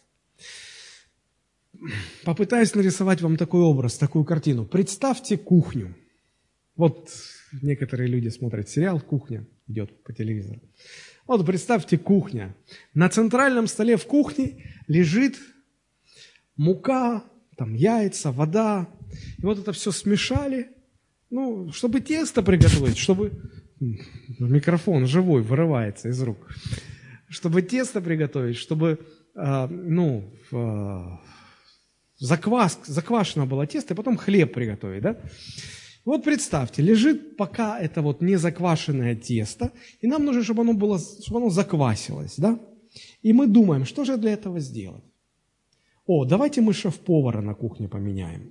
Speaker 1: Попытаюсь нарисовать вам такой образ, такую картину. Представьте кухню. Вот некоторые люди смотрят сериал «Кухня», идет по телевизору. Вот представьте кухня. На центральном столе в кухне лежит мука, там яйца, вода. И вот это все смешали, ну, чтобы тесто приготовить, чтобы... Микрофон живой вырывается из рук. Чтобы тесто приготовить, чтобы, э, ну, э, заквас, заквашено было тесто, и потом хлеб приготовить, да? Вот представьте, лежит пока это вот не заквашенное тесто, и нам нужно, чтобы оно было, чтобы оно заквасилось, да? И мы думаем, что же для этого сделать? О, давайте мы шеф-повара на кухне поменяем.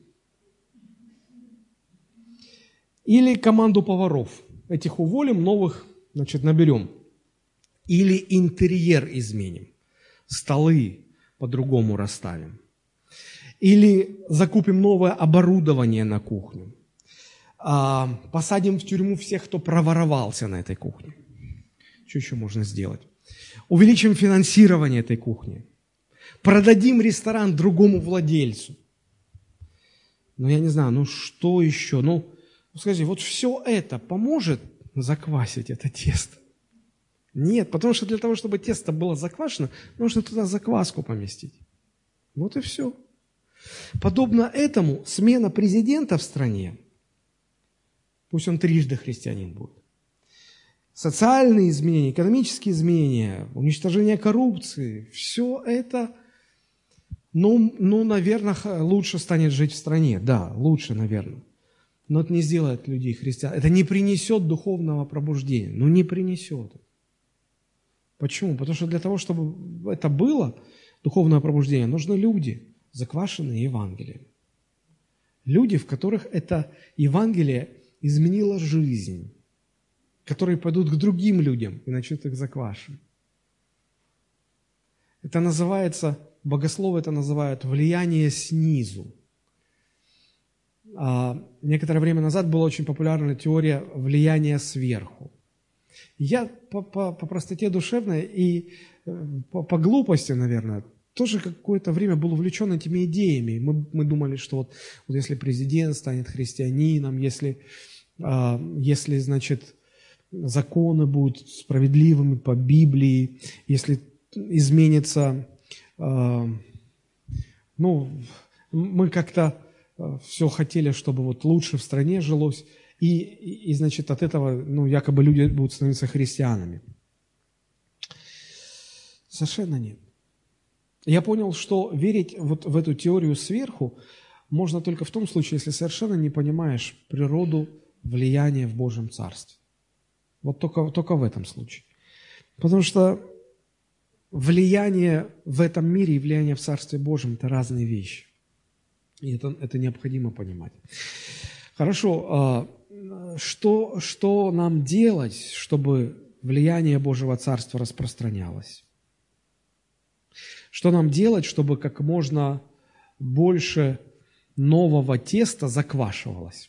Speaker 1: Или команду поваров. Этих уволим, новых, значит, наберем. Или интерьер изменим. Столы по-другому расставим. Или закупим новое оборудование на кухню. А, посадим в тюрьму всех, кто проворовался на этой кухне. Что еще можно сделать? Увеличим финансирование этой кухни. Продадим ресторан другому владельцу. Ну, я не знаю, ну что еще? Ну, скажите, вот все это поможет заквасить это тесто? Нет, потому что для того, чтобы тесто было заквашено, нужно туда закваску поместить. Вот и все. Подобно этому смена президента в стране, пусть он трижды христианин будет, социальные изменения, экономические изменения, уничтожение коррупции, все это, ну, ну, наверное, лучше станет жить в стране. Да, лучше, наверное. Но это не сделает людей христиан. Это не принесет духовного пробуждения. Ну, не принесет. Почему? Потому что для того, чтобы это было, духовное пробуждение, нужны люди, заквашенные Евангелием. Люди, в которых это Евангелие изменило жизнь, которые пойдут к другим людям и начнут их заквашивать. Это называется, богословы это называют влияние снизу. А, некоторое время назад была очень популярна теория влияния сверху. Я по, по, по простоте душевной и по, по глупости, наверное, тоже какое-то время был увлечен этими идеями. Мы, мы думали, что вот, вот если президент станет христианином, если, а, если, значит, законы будут справедливыми по Библии, если изменится, а, ну, мы как-то все хотели, чтобы вот лучше в стране жилось, и, и, и значит, от этого, ну, якобы люди будут становиться христианами. Совершенно нет. Я понял, что верить вот в эту теорию сверху можно только в том случае, если совершенно не понимаешь природу влияния в Божьем Царстве. Вот только, только в этом случае. Потому что влияние в этом мире и влияние в Царстве Божьем – это разные вещи. И это, это необходимо понимать. Хорошо, что, что нам делать, чтобы влияние Божьего Царства распространялось? Что нам делать, чтобы как можно больше нового теста заквашивалось?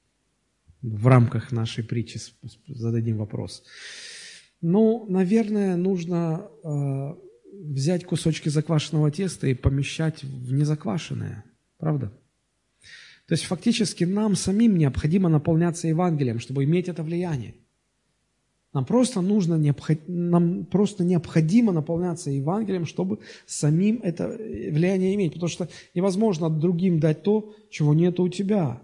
Speaker 1: В рамках нашей притчи зададим вопрос. Ну, наверное, нужно э, взять кусочки заквашенного теста и помещать в незаквашенное. Правда? То есть фактически нам самим необходимо наполняться Евангелием, чтобы иметь это влияние. Нам просто нужно, нам просто необходимо наполняться Евангелием, чтобы самим это влияние иметь. Потому что невозможно другим дать то, чего нет у тебя.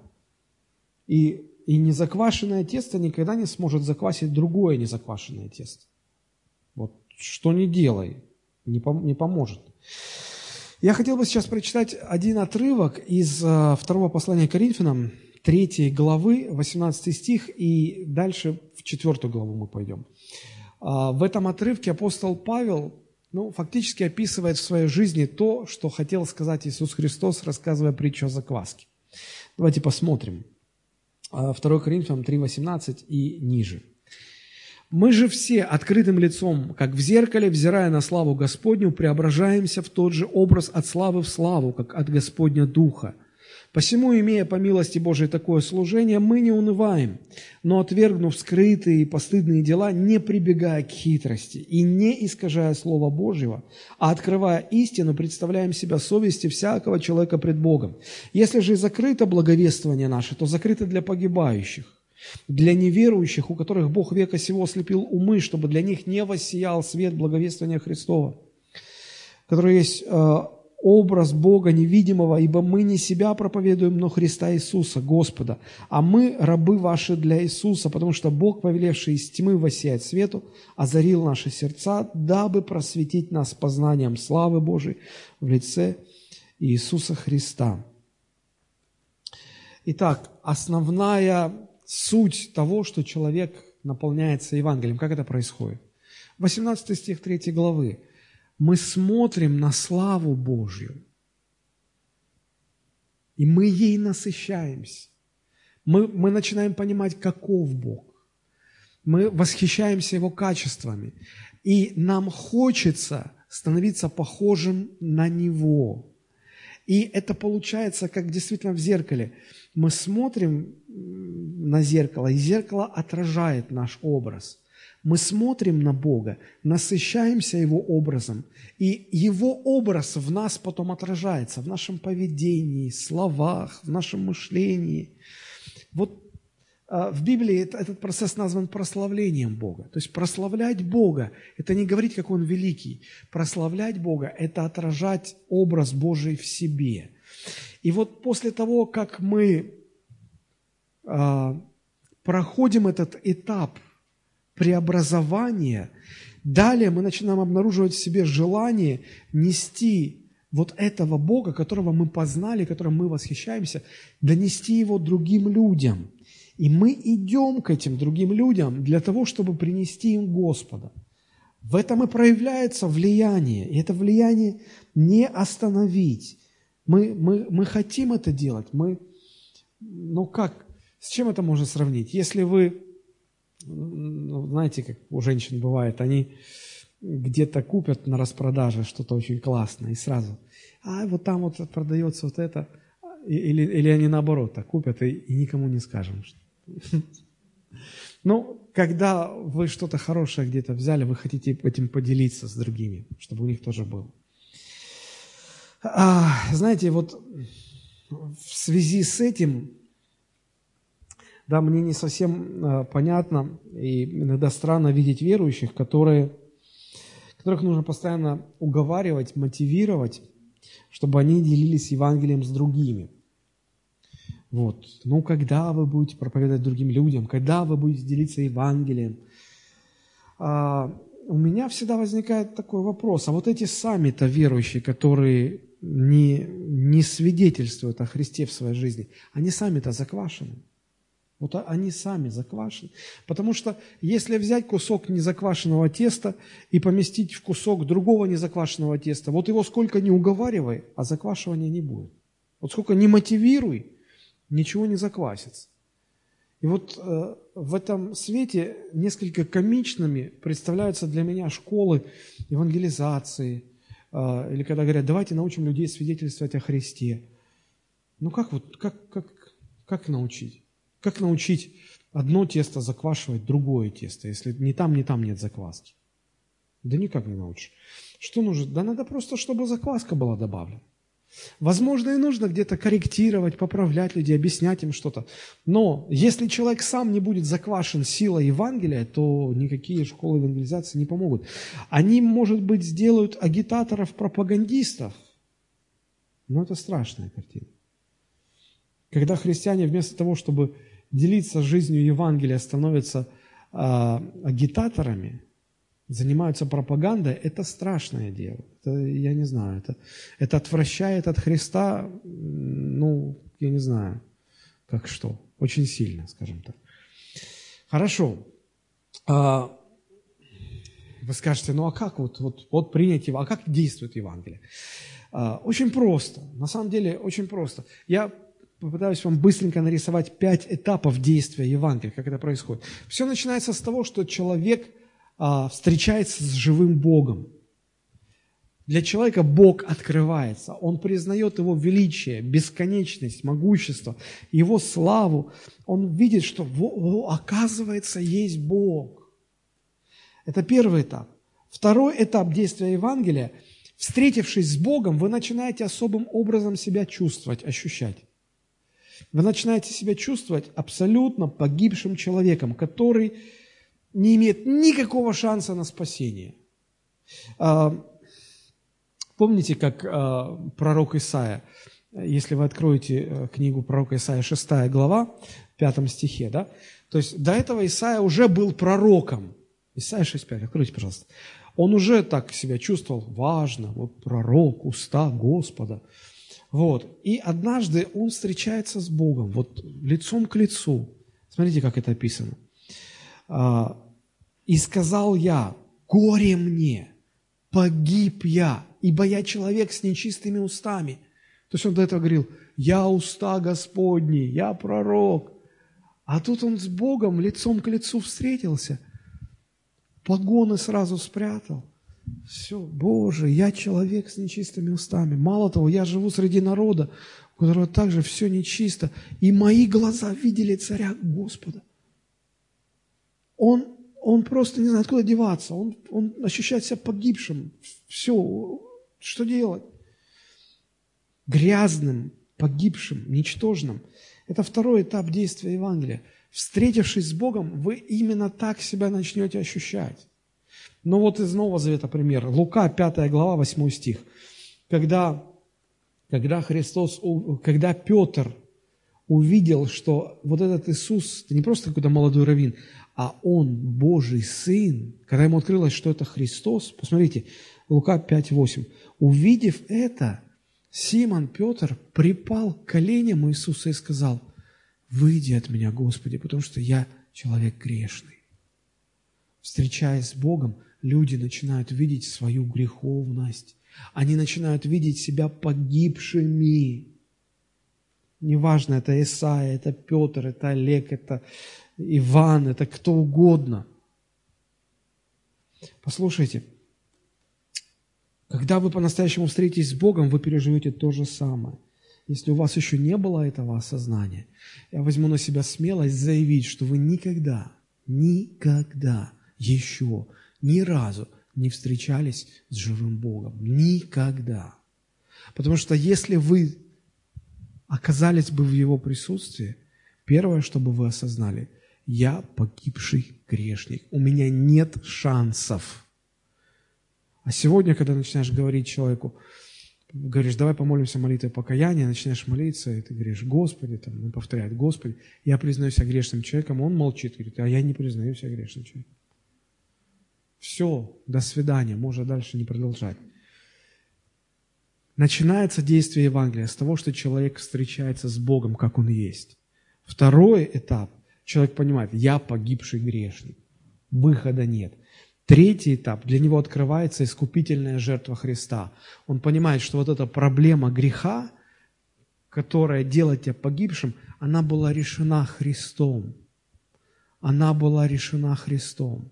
Speaker 1: И, и незаквашенное тесто никогда не сможет заквасить другое незаквашенное тесто. Вот что ни делай, не, пом- не поможет. Я хотел бы сейчас прочитать один отрывок из uh, второго послания к Коринфянам, третьей главы, восемнадцатый стих, и дальше в четвертую главу мы пойдем. Uh, в этом отрывке апостол Павел, ну, фактически описывает в своей жизни то, что хотел сказать Иисус Христос, рассказывая притчу о закваске. Давайте посмотрим. Uh, второе Коринфянам три восемнадцать и ниже. «Мы же все открытым лицом, как в зеркале, взирая на славу Господню, преображаемся в тот же образ от славы в славу, как от Господня Духа. Посему, имея по милости Божией такое служение, мы не унываем, но, отвергнув скрытые и постыдные дела, не прибегая к хитрости и не искажая Слова Божьего, а открывая истину, представляем себя совести всякого человека пред Богом. Если же закрыто благовествование наше, то закрыто для погибающих, для неверующих, у которых Бог века сего ослепил умы, чтобы для них не воссиял свет благовествования Христова, который есть э, образ Бога невидимого, ибо мы не себя проповедуем, но Христа Иисуса, Господа, а мы рабы ваши для Иисуса, потому что Бог, повелевший из тьмы воссиять свету, озарил наши сердца, дабы просветить нас познанием славы Божией в лице Иисуса Христа». Итак, основная суть того, что человек наполняется Евангелием. Как это происходит? восемнадцатый стих третьей главы. Мы смотрим на славу Божью, и мы ей насыщаемся. Мы, мы начинаем понимать, каков Бог. Мы восхищаемся Его качествами. И нам хочется становиться похожим на Него. И это получается, как действительно в зеркале. Мы смотрим на зеркало, и зеркало отражает наш образ. Мы смотрим на Бога, насыщаемся Его образом, и Его образ в нас потом отражается, в нашем поведении, словах, в нашем мышлении. Вот в Библии этот процесс назван прославлением Бога. То есть прославлять Бога – это не говорить, какой Он великий. Прославлять Бога – это отражать образ Божий в себе. И вот после того, как мы а, проходим этот этап преобразования, далее мы начинаем обнаруживать в себе желание нести вот этого Бога, которого мы познали, которым мы восхищаемся, донести Его другим людям. И мы идем к этим другим людям для того, чтобы принести им Господа. В этом и проявляется влияние. И это влияние не остановить. Мы, мы, мы хотим это делать. Мы, ну как, с чем это можно сравнить? Если вы, ну, знаете, как у женщин бывает, они где-то купят на распродаже что-то очень классное и сразу, а вот там вот продается вот это, или, или они наоборот так купят и, и никому не скажем. Ну, когда вы что-то хорошее где-то взяли, вы хотите этим поделиться с другими, чтобы у них тоже было. А, знаете, вот в связи с этим, да, мне не совсем а, понятно и иногда странно видеть верующих, которые, которых нужно постоянно уговаривать, мотивировать, чтобы они делились Евангелием с другими. Вот. Ну, когда вы будете проповедовать другим людям, когда вы будете делиться Евангелием? А, у меня всегда возникает такой вопрос, а вот эти сами-то верующие, которые не, не свидетельствуют о Христе в своей жизни, они сами-то заквашены. Вот они сами заквашены. Потому что если взять кусок незаквашенного теста и поместить в кусок другого незаквашенного теста, вот его сколько ни уговаривай, а заквашивания не будет. Вот сколько ни мотивируй, ничего не заквасится. И вот э, в этом свете несколько комичными представляются для меня школы евангелизации, э, или когда говорят, давайте научим людей свидетельствовать о Христе. Ну как вот, как, как, как научить? Как научить одно тесто заквашивать другое тесто, если ни там, ни там нет закваски? Да никак не научишь. Что нужно? Да надо просто, чтобы закваска была добавлена. Возможно, и нужно где-то корректировать, поправлять людей, объяснять им что-то. Но если человек сам не будет заквашен силой Евангелия, то никакие школы евангелизации не помогут. Они, может быть, сделают агитаторов, пропагандистов. Но это страшная картина. Когда христиане вместо того, чтобы делиться жизнью Евангелия, становятся э, агитаторами, занимаются пропагандой, это страшное дело. Это, я не знаю, это, это отвращает от Христа, ну, я не знаю, как что, очень сильно, скажем так. Хорошо. А, вы скажете, ну а как вот, вот, вот принять его, а как действует Евангелие? А, очень просто, на самом деле очень просто. Я попытаюсь вам быстренько нарисовать пять этапов действия Евангелия, как это происходит. Все начинается с того, что человек а, встречается с живым Богом. Для человека Бог открывается, он признает Его величие, бесконечность, могущество, Его славу. Он видит, что о, оказывается есть Бог. Это первый этап. Второй этап действия Евангелия. Встретившись с Богом, вы начинаете особым образом себя чувствовать, ощущать. Вы начинаете себя чувствовать абсолютно погибшим человеком, который не имеет никакого шанса на спасение. Помните, как пророк Исаия, если вы откроете книгу пророка Исаия, шестая глава, в пятом стихе, да? То есть до этого Исаия уже был пророком. Исаия шесть пять, откройте, пожалуйста. Он уже так себя чувствовал, важно, вот пророк, уста Господа. Вот. И однажды он встречается с Богом, вот лицом к лицу. Смотрите, как это описано. «И сказал я, горе мне, погиб я, ибо я человек с нечистыми устами». То есть он до этого говорил, я уста Господни, я пророк. А тут он с Богом лицом к лицу встретился, погоны сразу спрятал. Все, Боже, я человек с нечистыми устами. Мало того, я живу среди народа, у которого также все нечисто. И мои глаза видели царя Господа. Он, он просто не знает, откуда деваться. Он, он ощущает себя погибшим. Все, что делать? Грязным, погибшим, ничтожным. Это второй этап действия Евангелия. Встретившись с Богом, вы именно так себя начнете ощущать. Ну вот из Нового Завета пример. Лука, пятая глава, восьмой стих. Когда, когда Христос, когда Петр увидел, что вот этот Иисус, это не просто какой-то молодой раввин, а Он Божий Сын, когда ему открылось, что это Христос, посмотрите, Лука пять восемь. Увидев это, Симон Петр припал к коленям Иисуса и сказал, «Выйди от меня, Господи, потому что я человек грешный». Встречаясь с Богом, люди начинают видеть свою греховность. Они начинают видеть себя погибшими. Неважно, это Исаия, это Петр, это Олег, это Иван, это кто угодно. Послушайте, когда вы по-настоящему встретитесь с Богом, вы переживете то же самое. Если у вас еще не было этого осознания, я возьму на себя смелость заявить, что вы никогда, никогда еще ни разу не встречались с живым Богом. Никогда. Потому что если вы оказались бы в Его присутствии, первое, что бы вы осознали, я погибший грешник, у меня нет шансов. А сегодня, когда начинаешь говорить человеку, говоришь, давай помолимся молитвой покаяния, начинаешь молиться, и ты говоришь, Господи, там, он повторяет, Господи, я признаю себя грешным человеком, он молчит, говорит, а я не признаю себя грешным человеком. Все, до свидания, можно дальше не продолжать. Начинается действие Евангелия с того, что человек встречается с Богом, как он есть. Второй этап Человек понимает, я погибший грешник, выхода нет. Третий этап, для него открывается искупительная жертва Христа. Он понимает, что вот эта проблема греха, которая делает тебя погибшим, она была решена Христом. Она была решена Христом.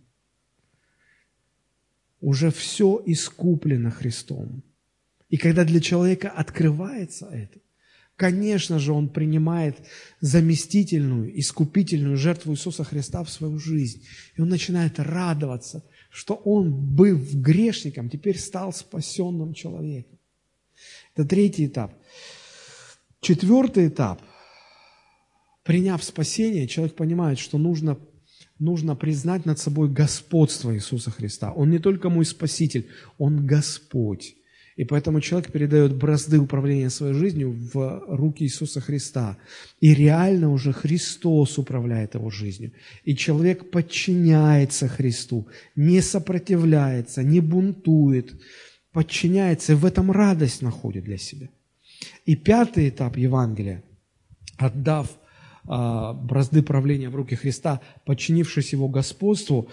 Speaker 1: Уже все искуплено Христом. И когда для человека открывается это, конечно же, он принимает заместительную, искупительную жертву Иисуса Христа в свою жизнь. И он начинает радоваться, что он, быв грешником, теперь стал спасенным человеком. Это третий этап. Четвертый этап. Приняв спасение, человек понимает, что нужно, нужно признать над собой господство Иисуса Христа. Он не только мой Спаситель, Он Господь. И поэтому человек передает бразды управления своей жизнью в руки Иисуса Христа. И реально уже Христос управляет его жизнью. И человек подчиняется Христу, не сопротивляется, не бунтует, подчиняется, и в этом радость находит для себя. И пятый этап Евангелия, отдав а, бразды правления в руки Христа, подчинившись Его господству,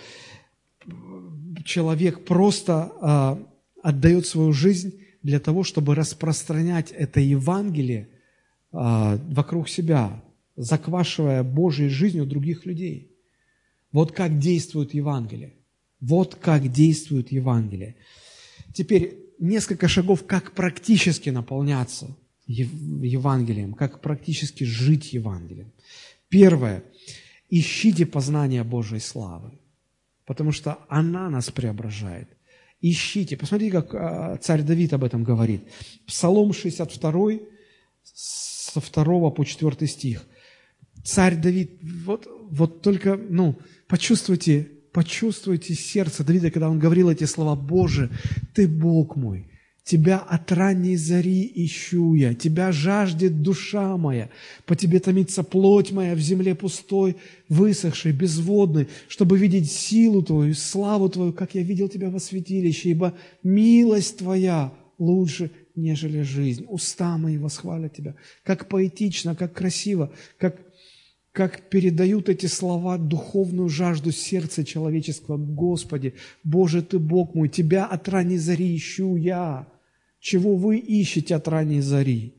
Speaker 1: человек просто а, отдает свою жизнь для того, чтобы распространять это Евангелие а, вокруг себя, заквашивая Божьей жизнью других людей. Вот как действует Евангелие. Вот как действует Евангелие. Теперь несколько шагов, как практически наполняться Евангелием, как практически жить Евангелием. Первое. Ищите познания Божьей славы, потому что она нас преображает. Ищите. Посмотрите, как царь Давид об этом говорит. Псалом шестьдесят два, со второго по четвёртый стих. Царь Давид, вот, вот только, ну, почувствуйте, почувствуйте сердце Давида, когда он говорил эти слова: «Боже, Ты Бог мой, Тебя от ранней зари ищу я, Тебя жаждет душа моя, по Тебе томится плоть моя в земле пустой, высохшей, безводной, чтобы видеть силу Твою, славу Твою, как я видел Тебя во святилище, ибо милость Твоя лучше, нежели жизнь. Уста мои восхвалят Тебя». Как поэтично, как красиво, как, как передают эти слова духовную жажду сердца человеческого. Господи, Боже, Ты Бог мой, Тебя от ранней зари ищу я. Чего вы ищете от ранней зари?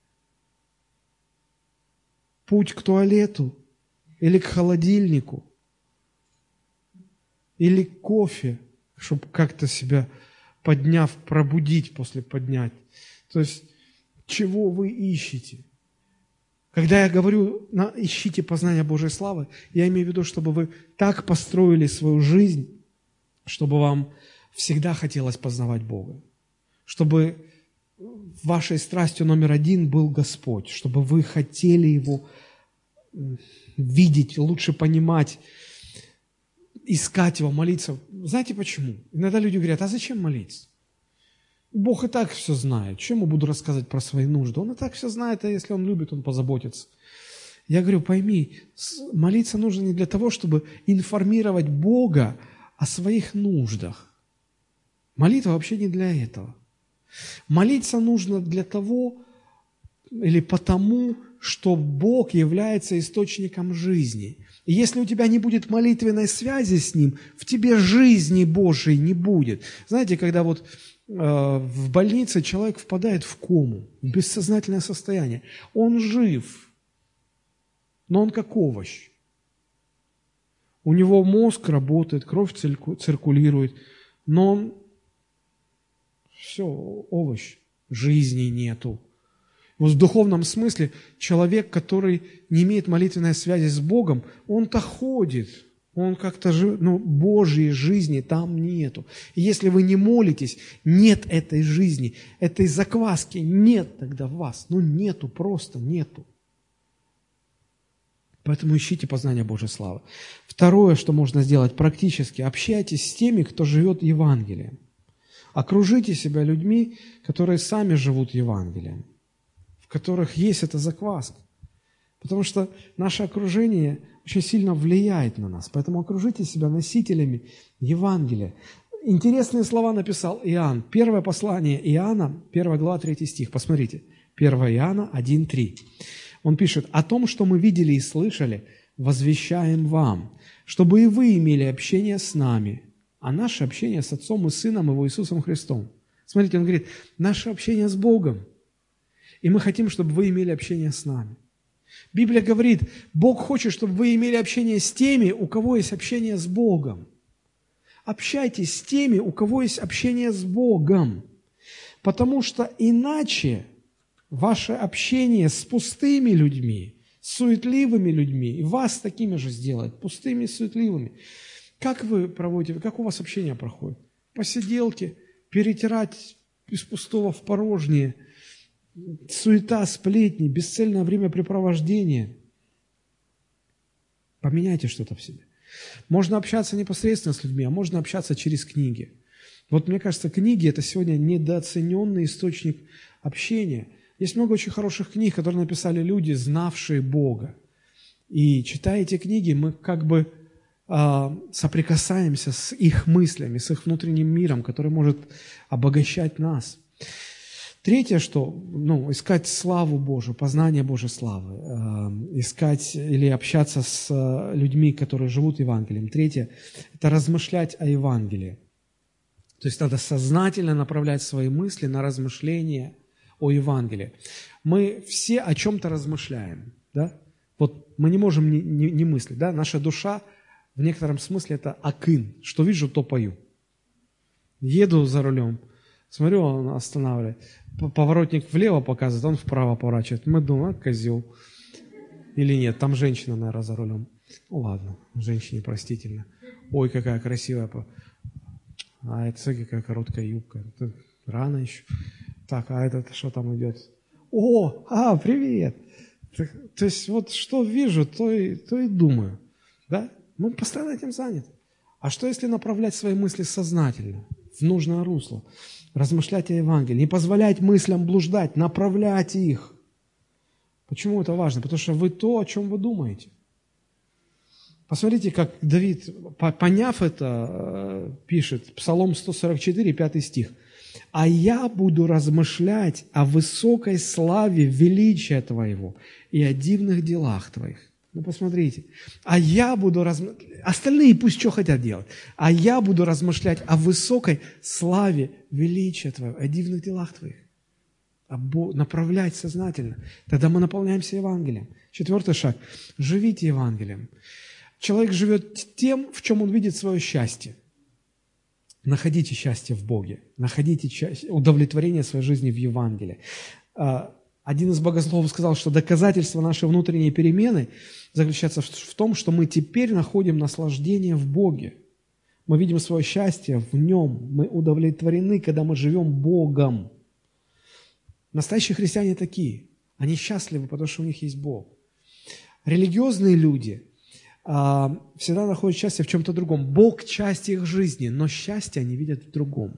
Speaker 1: Путь к туалету? Или к холодильнику? Или к кофе, чтобы как-то себя, подняв, пробудить после поднять? То есть, чего вы ищете? Когда я говорю, ищите познания Божьей славы, я имею в виду, чтобы вы так построили свою жизнь, чтобы вам всегда хотелось познавать Бога. Чтобы вашей страстью номер один был Господь, чтобы вы хотели Его видеть, лучше понимать, искать Его, молиться. Знаете почему? Иногда люди говорят: а зачем молиться? Бог и так все знает. Чем я буду рассказывать про свои нужды? Он и так все знает, а если Он любит, Он позаботится. Я говорю: пойми, молиться нужно не для того, чтобы информировать Бога о своих нуждах. Молитва вообще не для этого. Молиться нужно для того или потому, что Бог является источником жизни. И если у тебя не будет молитвенной связи с Ним, в тебе жизни Божией не будет. Знаете, когда вот э, в больнице человек впадает в кому, в бессознательное состояние, он жив, но он как овощ. У него мозг работает, кровь циркулирует, но он все, овощ, жизни нету. Вот в духовном смысле человек, который не имеет молитвенной связи с Богом, он-то ходит, он как-то жив, но Божьей жизни там нету. И если вы не молитесь, нет этой жизни, этой закваски нет тогда в вас. Ну нету, просто нету. Поэтому ищите познания Божьей славы. Второе, что можно сделать практически, общайтесь с теми, кто живет Евангелием. Окружите себя людьми, которые сами живут Евангелием, в которых есть эта закваска. Потому что наше окружение очень сильно влияет на нас. Поэтому окружите себя носителями Евангелия. Интересные слова написал Иоанн. Первое послание Иоанна, первая глава, третий стих. Посмотрите. первое Иоанна один три. Он пишет: «О том, что мы видели и слышали, возвещаем вам, чтобы и вы имели общение с нами, а наше общение с Отцом и Сыном Его Иисусом Христом». Смотрите, он говорит, наше общение с Богом, и мы хотим, чтобы вы имели общение с нами. Библия говорит, Бог хочет, чтобы вы имели общение с теми, у кого есть общение с Богом. Общайтесь с теми, у кого есть общение с Богом, потому что иначе ваше общение с пустыми людьми, с суетливыми людьми, и вас такими же сделает, пустыми и суетливыми. Как вы проводите, как у вас общение проходит? Посиделки, перетирать из пустого в порожнее, суета, сплетни, бесцельное времяпрепровождение. Поменяйте что-то в себе. Можно общаться непосредственно с людьми, а можно общаться через книги. Вот мне кажется, книги – это сегодня недооцененный источник общения. Есть много очень хороших книг, которые написали люди, знавшие Бога. И читая эти книги, мы как бы э, соприкасаемся с их мыслями, с их внутренним миром, который может обогащать нас. Третье, что, ну, искать славу Божию, познание Божьей славы, э, искать или общаться с э, людьми, которые живут Евангелием. Третье – это размышлять о Евангелии. То есть надо сознательно направлять свои мысли на размышления о Евангелии. Мы все о чем-то размышляем, да? Вот мы не можем не, не, не мыслить, да? Наша душа в некотором смысле это акын, что вижу, то пою. Еду за рулем, смотрю, он останавливает, поворотник влево показывает, он вправо поворачивает. Мы думаем, а, козел. Или нет, там женщина, наверное, за рулем. Ну ладно, женщине простительно. Ой, какая красивая. А это, смотри, какая короткая юбка. Это рано еще. Так, а это что там идет? О, а, привет. Так, то есть вот что вижу, то и, то и думаю. Да? Мы постоянно этим заняты. А что, если направлять свои мысли сознательно, в нужное русло? Размышлять о Евангелии, не позволять мыслям блуждать, направлять их. Почему это важно? Потому что вы то, о чем вы думаете. Посмотрите, как Давид, поняв это, пишет, Псалом сто сорок четыре, пятый стих. «А я буду размышлять о высокой славе величия Твоего и о дивных делах Твоих». Ну, посмотрите. «А я буду размышлять...» Остальные пусть что хотят делать. «А я буду размышлять о высокой славе величия Твоего, о дивных делах Твоих». Направлять сознательно. Тогда мы наполняемся Евангелием. Четвертый шаг. Живите Евангелием. Человек живет тем, в чем он видит свое счастье. Находите счастье в Боге. Находите удовлетворение своей жизни в Евангелии. Один из богословов сказал, что доказательство нашей внутренней перемены заключается в том, что мы теперь находим наслаждение в Боге. Мы видим свое счастье в Нем. Мы удовлетворены, когда мы живем Богом. Настоящие христиане такие. Они счастливы, потому что у них есть Бог. Религиозные люди а, всегда находят счастье в чем-то другом. Бог – часть их жизни, но счастье они видят в другом.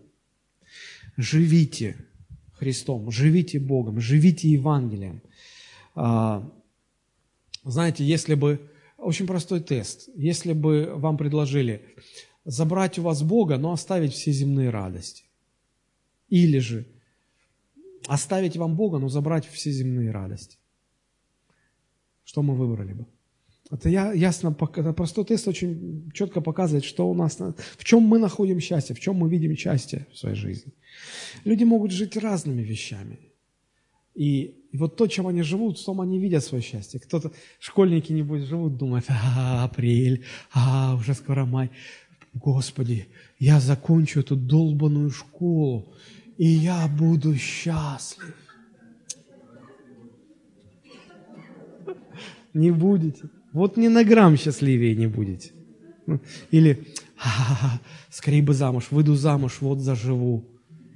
Speaker 1: Живите Христом, живите Богом, живите Евангелием. А, знаете, если бы... Очень простой тест. Если бы вам предложили забрать у вас Бога, но оставить все земные радости. Или же оставить вам Бога, но забрать все земные радости. Что мы выбрали бы? Это я, ясно, это простой тест очень четко показывает, что у нас, в чем мы находим счастье, в чем мы видим счастье в своей жизни. Люди могут жить разными вещами. И, и вот то, чем они живут, в том они видят свое счастье. Кто-то, школьники, небось, живут, думают, а, апрель, а, уже скоро май. Господи, я закончу эту долбаную школу, и я буду счастлив. Не будете. Вот ни на грамм счастливее не будете. Или, а, скорее бы замуж, выйду замуж, вот заживу.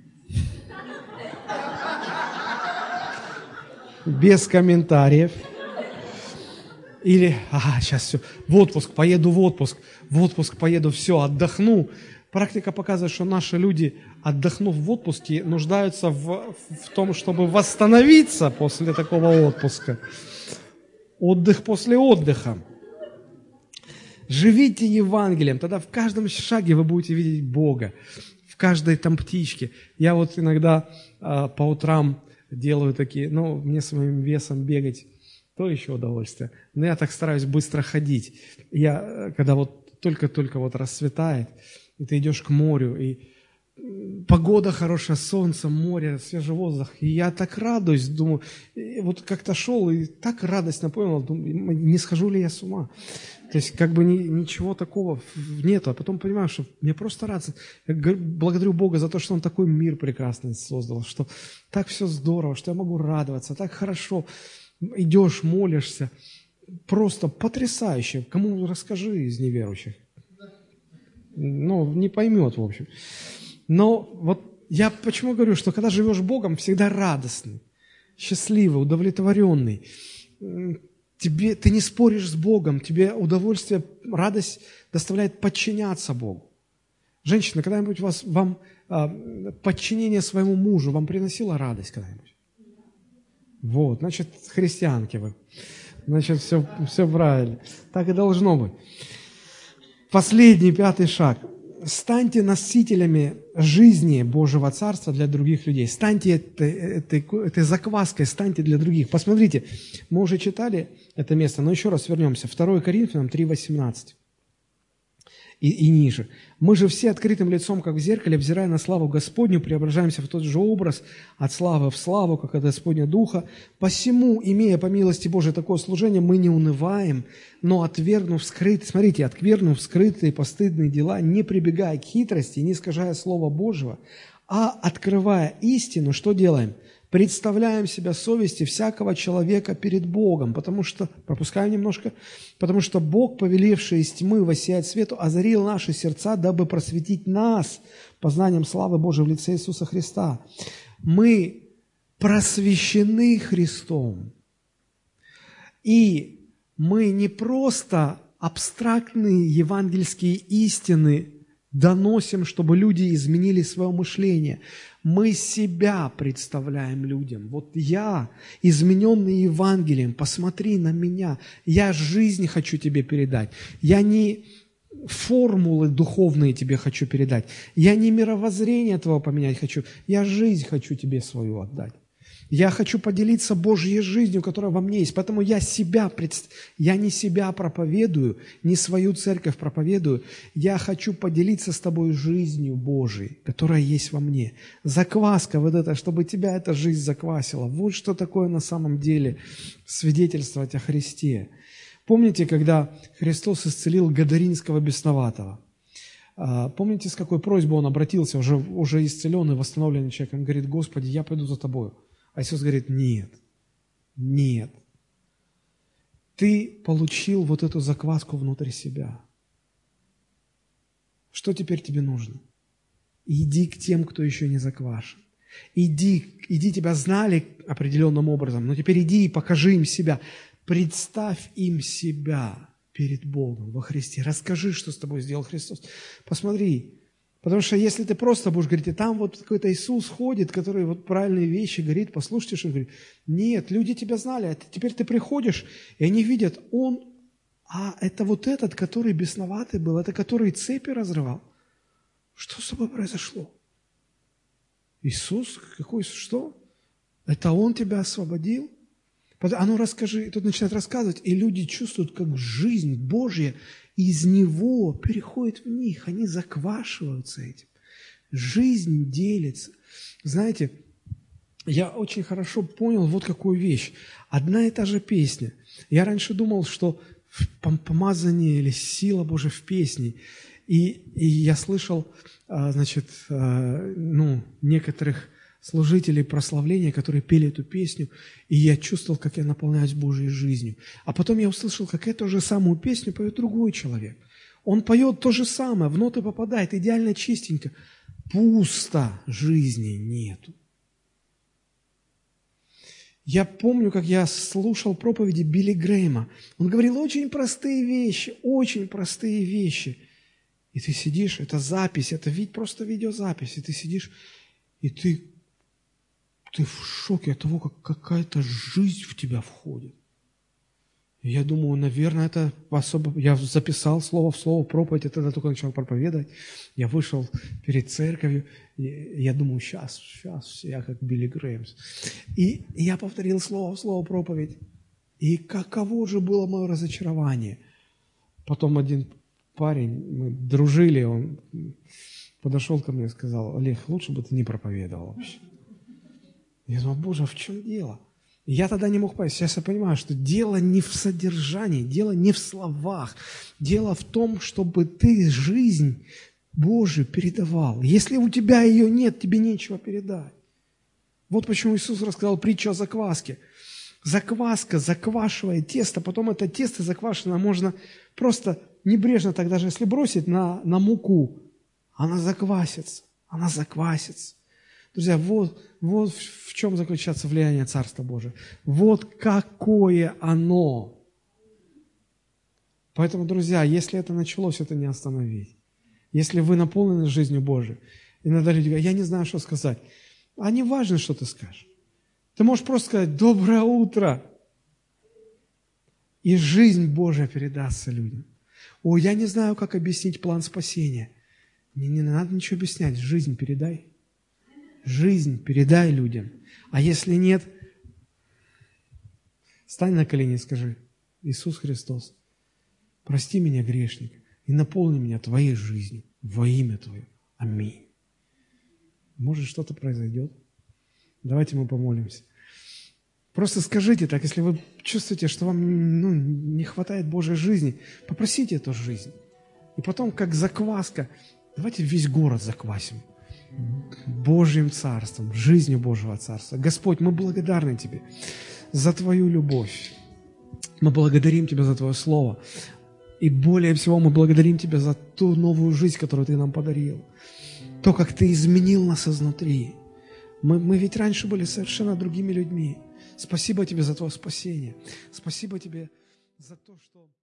Speaker 1: Без комментариев. Или, ага, сейчас все, в отпуск, поеду в отпуск, в отпуск поеду, все, отдохну. Практика показывает, что наши люди, отдохнув в отпуске, нуждаются в, в том, чтобы восстановиться после такого отпуска. Отдых после отдыха. Живите Евангелием, тогда в каждом шаге вы будете видеть Бога, в каждой там птичке. Я вот иногда а, по утрам делаю такие, ну, мне своим весом бегать То еще удовольствие. Но я так стараюсь быстро ходить. Я, когда вот только-только вот расцветает, и ты идешь к морю, и погода хорошая, солнце, море, свежий воздух. И я так радуюсь, думаю, вот как-то шел, и так радостно понял, думаю, не схожу ли я с ума. То есть как бы ни, ничего такого нету. А потом понимаю, что мне просто радостно. Я благодарю Бога за то, что Он такой мир прекрасный создал, что так все здорово, что я могу радоваться, так хорошо. Идешь, молишься. Просто потрясающе. Кому расскажи из неверующих? Ну, не поймет, в общем. Но вот я почему говорю, что когда живешь Богом, всегда радостный, счастливый, удовлетворенный. Тебе, ты не споришь с Богом, тебе удовольствие, радость доставляет подчиняться Богу. Женщина, когда-нибудь вас, вам а, подчинение своему мужу вам приносило радость когда-нибудь? Вот, значит, христианки вы. Значит, все, все правильно. Так и должно быть. Последний, пятый шаг. Станьте носителями жизни Божьего Царства для других людей. Станьте этой, этой, этой закваской, станьте для других. Посмотрите, мы уже читали это место, но еще раз вернемся. второе Коринфянам три восемнадцать и, и ниже. «Мы же все открытым лицом, как в зеркале, взирая на славу Господню, преображаемся в тот же образ, от славы в славу, как от Господня Духа. Посему, имея по милости Божией такое служение, мы не унываем, но отвергнув скрытые, смотрите, отвергнув скрытые постыдные дела, не прибегая к хитрости, не искажая Слова Божьего, а открывая истину, что делаем? Представляем себя совести всякого человека перед Богом, потому что, пропускаем немножко, потому что Бог, повелевший из тьмы воссиять свету, озарил наши сердца, дабы просветить нас познанием славы Божией в лице Иисуса Христа. Мы просвещены Христом, и мы не просто абстрактные евангельские истины доносим, чтобы люди изменили свое мышление. Мы себя представляем людям. Вот я, измененный Евангелием, посмотри на меня. Я жизнь хочу тебе передать. Я не формулы духовные тебе хочу передать. Я не мировоззрение твое поменять хочу. Я жизнь хочу тебе свою отдать. Я хочу поделиться Божьей жизнью, которая во мне есть. Поэтому я себя, я не себя проповедую, не свою церковь проповедую. Я хочу поделиться с тобой жизнью Божией, которая есть во мне. Закваска вот эта, чтобы тебя эта жизнь заквасила. Вот что такое на самом деле свидетельствовать о Христе. Помните, когда Христос исцелил Гадаринского бесноватого? Помните, с какой просьбой он обратился, уже, уже исцеленный, восстановленный человек? Он говорит: Господи, я пойду за тобою. А Иисус говорит: нет, нет. Ты получил вот эту закваску внутрь себя. Что теперь тебе нужно? Иди к тем, кто еще не заквашен. Иди, иди, тебя знали определенным образом, но теперь иди и покажи им себя. Представь им себя перед Богом во Христе. Расскажи, что с тобой сделал Христос. Посмотри. Потому что если ты просто будешь говорить, и там вот какой-то Иисус ходит, который вот правильные вещи говорит, послушайте, что он говорит. Нет, люди тебя знали, а теперь ты приходишь, и они видят, он, а это вот этот, который бесноватый был, это который цепи разрывал. Что с тобой произошло? Иисус? Какой Иисус? Что? Это Он тебя освободил? А ну расскажи. И тут начинает рассказывать, и люди чувствуют, как жизнь Божья из Него переходит в них. Они заквашиваются этим. Жизнь делится. Знаете, я очень хорошо понял вот какую вещь. Одна и та же песня. Я раньше думал, что помазание или сила Божия в песне. И, и я слышал, значит, ну, некоторых служителей прославления, которые пели эту песню, и я чувствовал, как я наполняюсь Божьей жизнью. А потом я услышал, как эту же самую песню поет другой человек. Он поет то же самое, в ноты попадает, идеально чистенько. Пусто, жизни нету. Я помню, как я слушал проповеди Билли Грэйма. Он говорил очень простые вещи, очень простые вещи. И ты сидишь, это запись, это ведь просто видеозапись, и ты сидишь, и ты Ты в шоке от того, как какая-то жизнь в тебя входит. И я думаю, наверное, это особо... Я записал слово в слово проповедь, и тогда только начал проповедовать. Я вышел перед церковью, и я думаю, сейчас, сейчас, я как Билли Грэйм. И я повторил слово в слово проповедь. И каково же было мое разочарование. Потом один парень, мы дружили, он подошел ко мне и сказал: Олег, лучше бы ты не проповедовал вообще. Я думаю: Боже, а в чем дело? И я тогда не мог понять. Сейчас я понимаю, что дело не в содержании, дело не в словах. Дело в том, чтобы ты жизнь Божию передавал. Если у тебя ее нет, тебе нечего передать. Вот почему Иисус рассказал притчу о закваске. Закваска заквашивает тесто, потом это тесто заквашенное можно просто небрежно так даже если бросить на, на муку, она заквасится, она заквасится. Друзья, вот, вот в чем заключается влияние Царства Божия. Вот какое оно. Поэтому, друзья, если это началось, это не остановить. Если вы наполнены жизнью Божией, иногда люди говорят: я не знаю, что сказать. А не важно, что ты скажешь. Ты можешь просто сказать: доброе утро. И жизнь Божия передастся людям. О, я не знаю, как объяснить план спасения. Мне не надо ничего объяснять. Жизнь передай. Жизнь передай людям. А если нет, стань на колени и скажи: Иисус Христос, прости меня, грешника, и наполни меня Твоей жизнью во имя Твое. Аминь. Может, что-то произойдет? Давайте мы помолимся. Просто скажите так, если вы чувствуете, что вам ну, не хватает Божьей жизни, попросите эту жизнь. И потом, как закваска, давайте весь город заквасим Божьим Царством, жизнью Божьего Царства. Господь, мы благодарны Тебе за Твою любовь. Мы благодарим Тебя за Твое Слово. И более всего мы благодарим Тебя за ту новую жизнь, которую Ты нам подарил. То, как Ты изменил нас изнутри. Мы, мы ведь раньше были совершенно другими людьми. Спасибо Тебе за Твое спасение. Спасибо Тебе за то, что...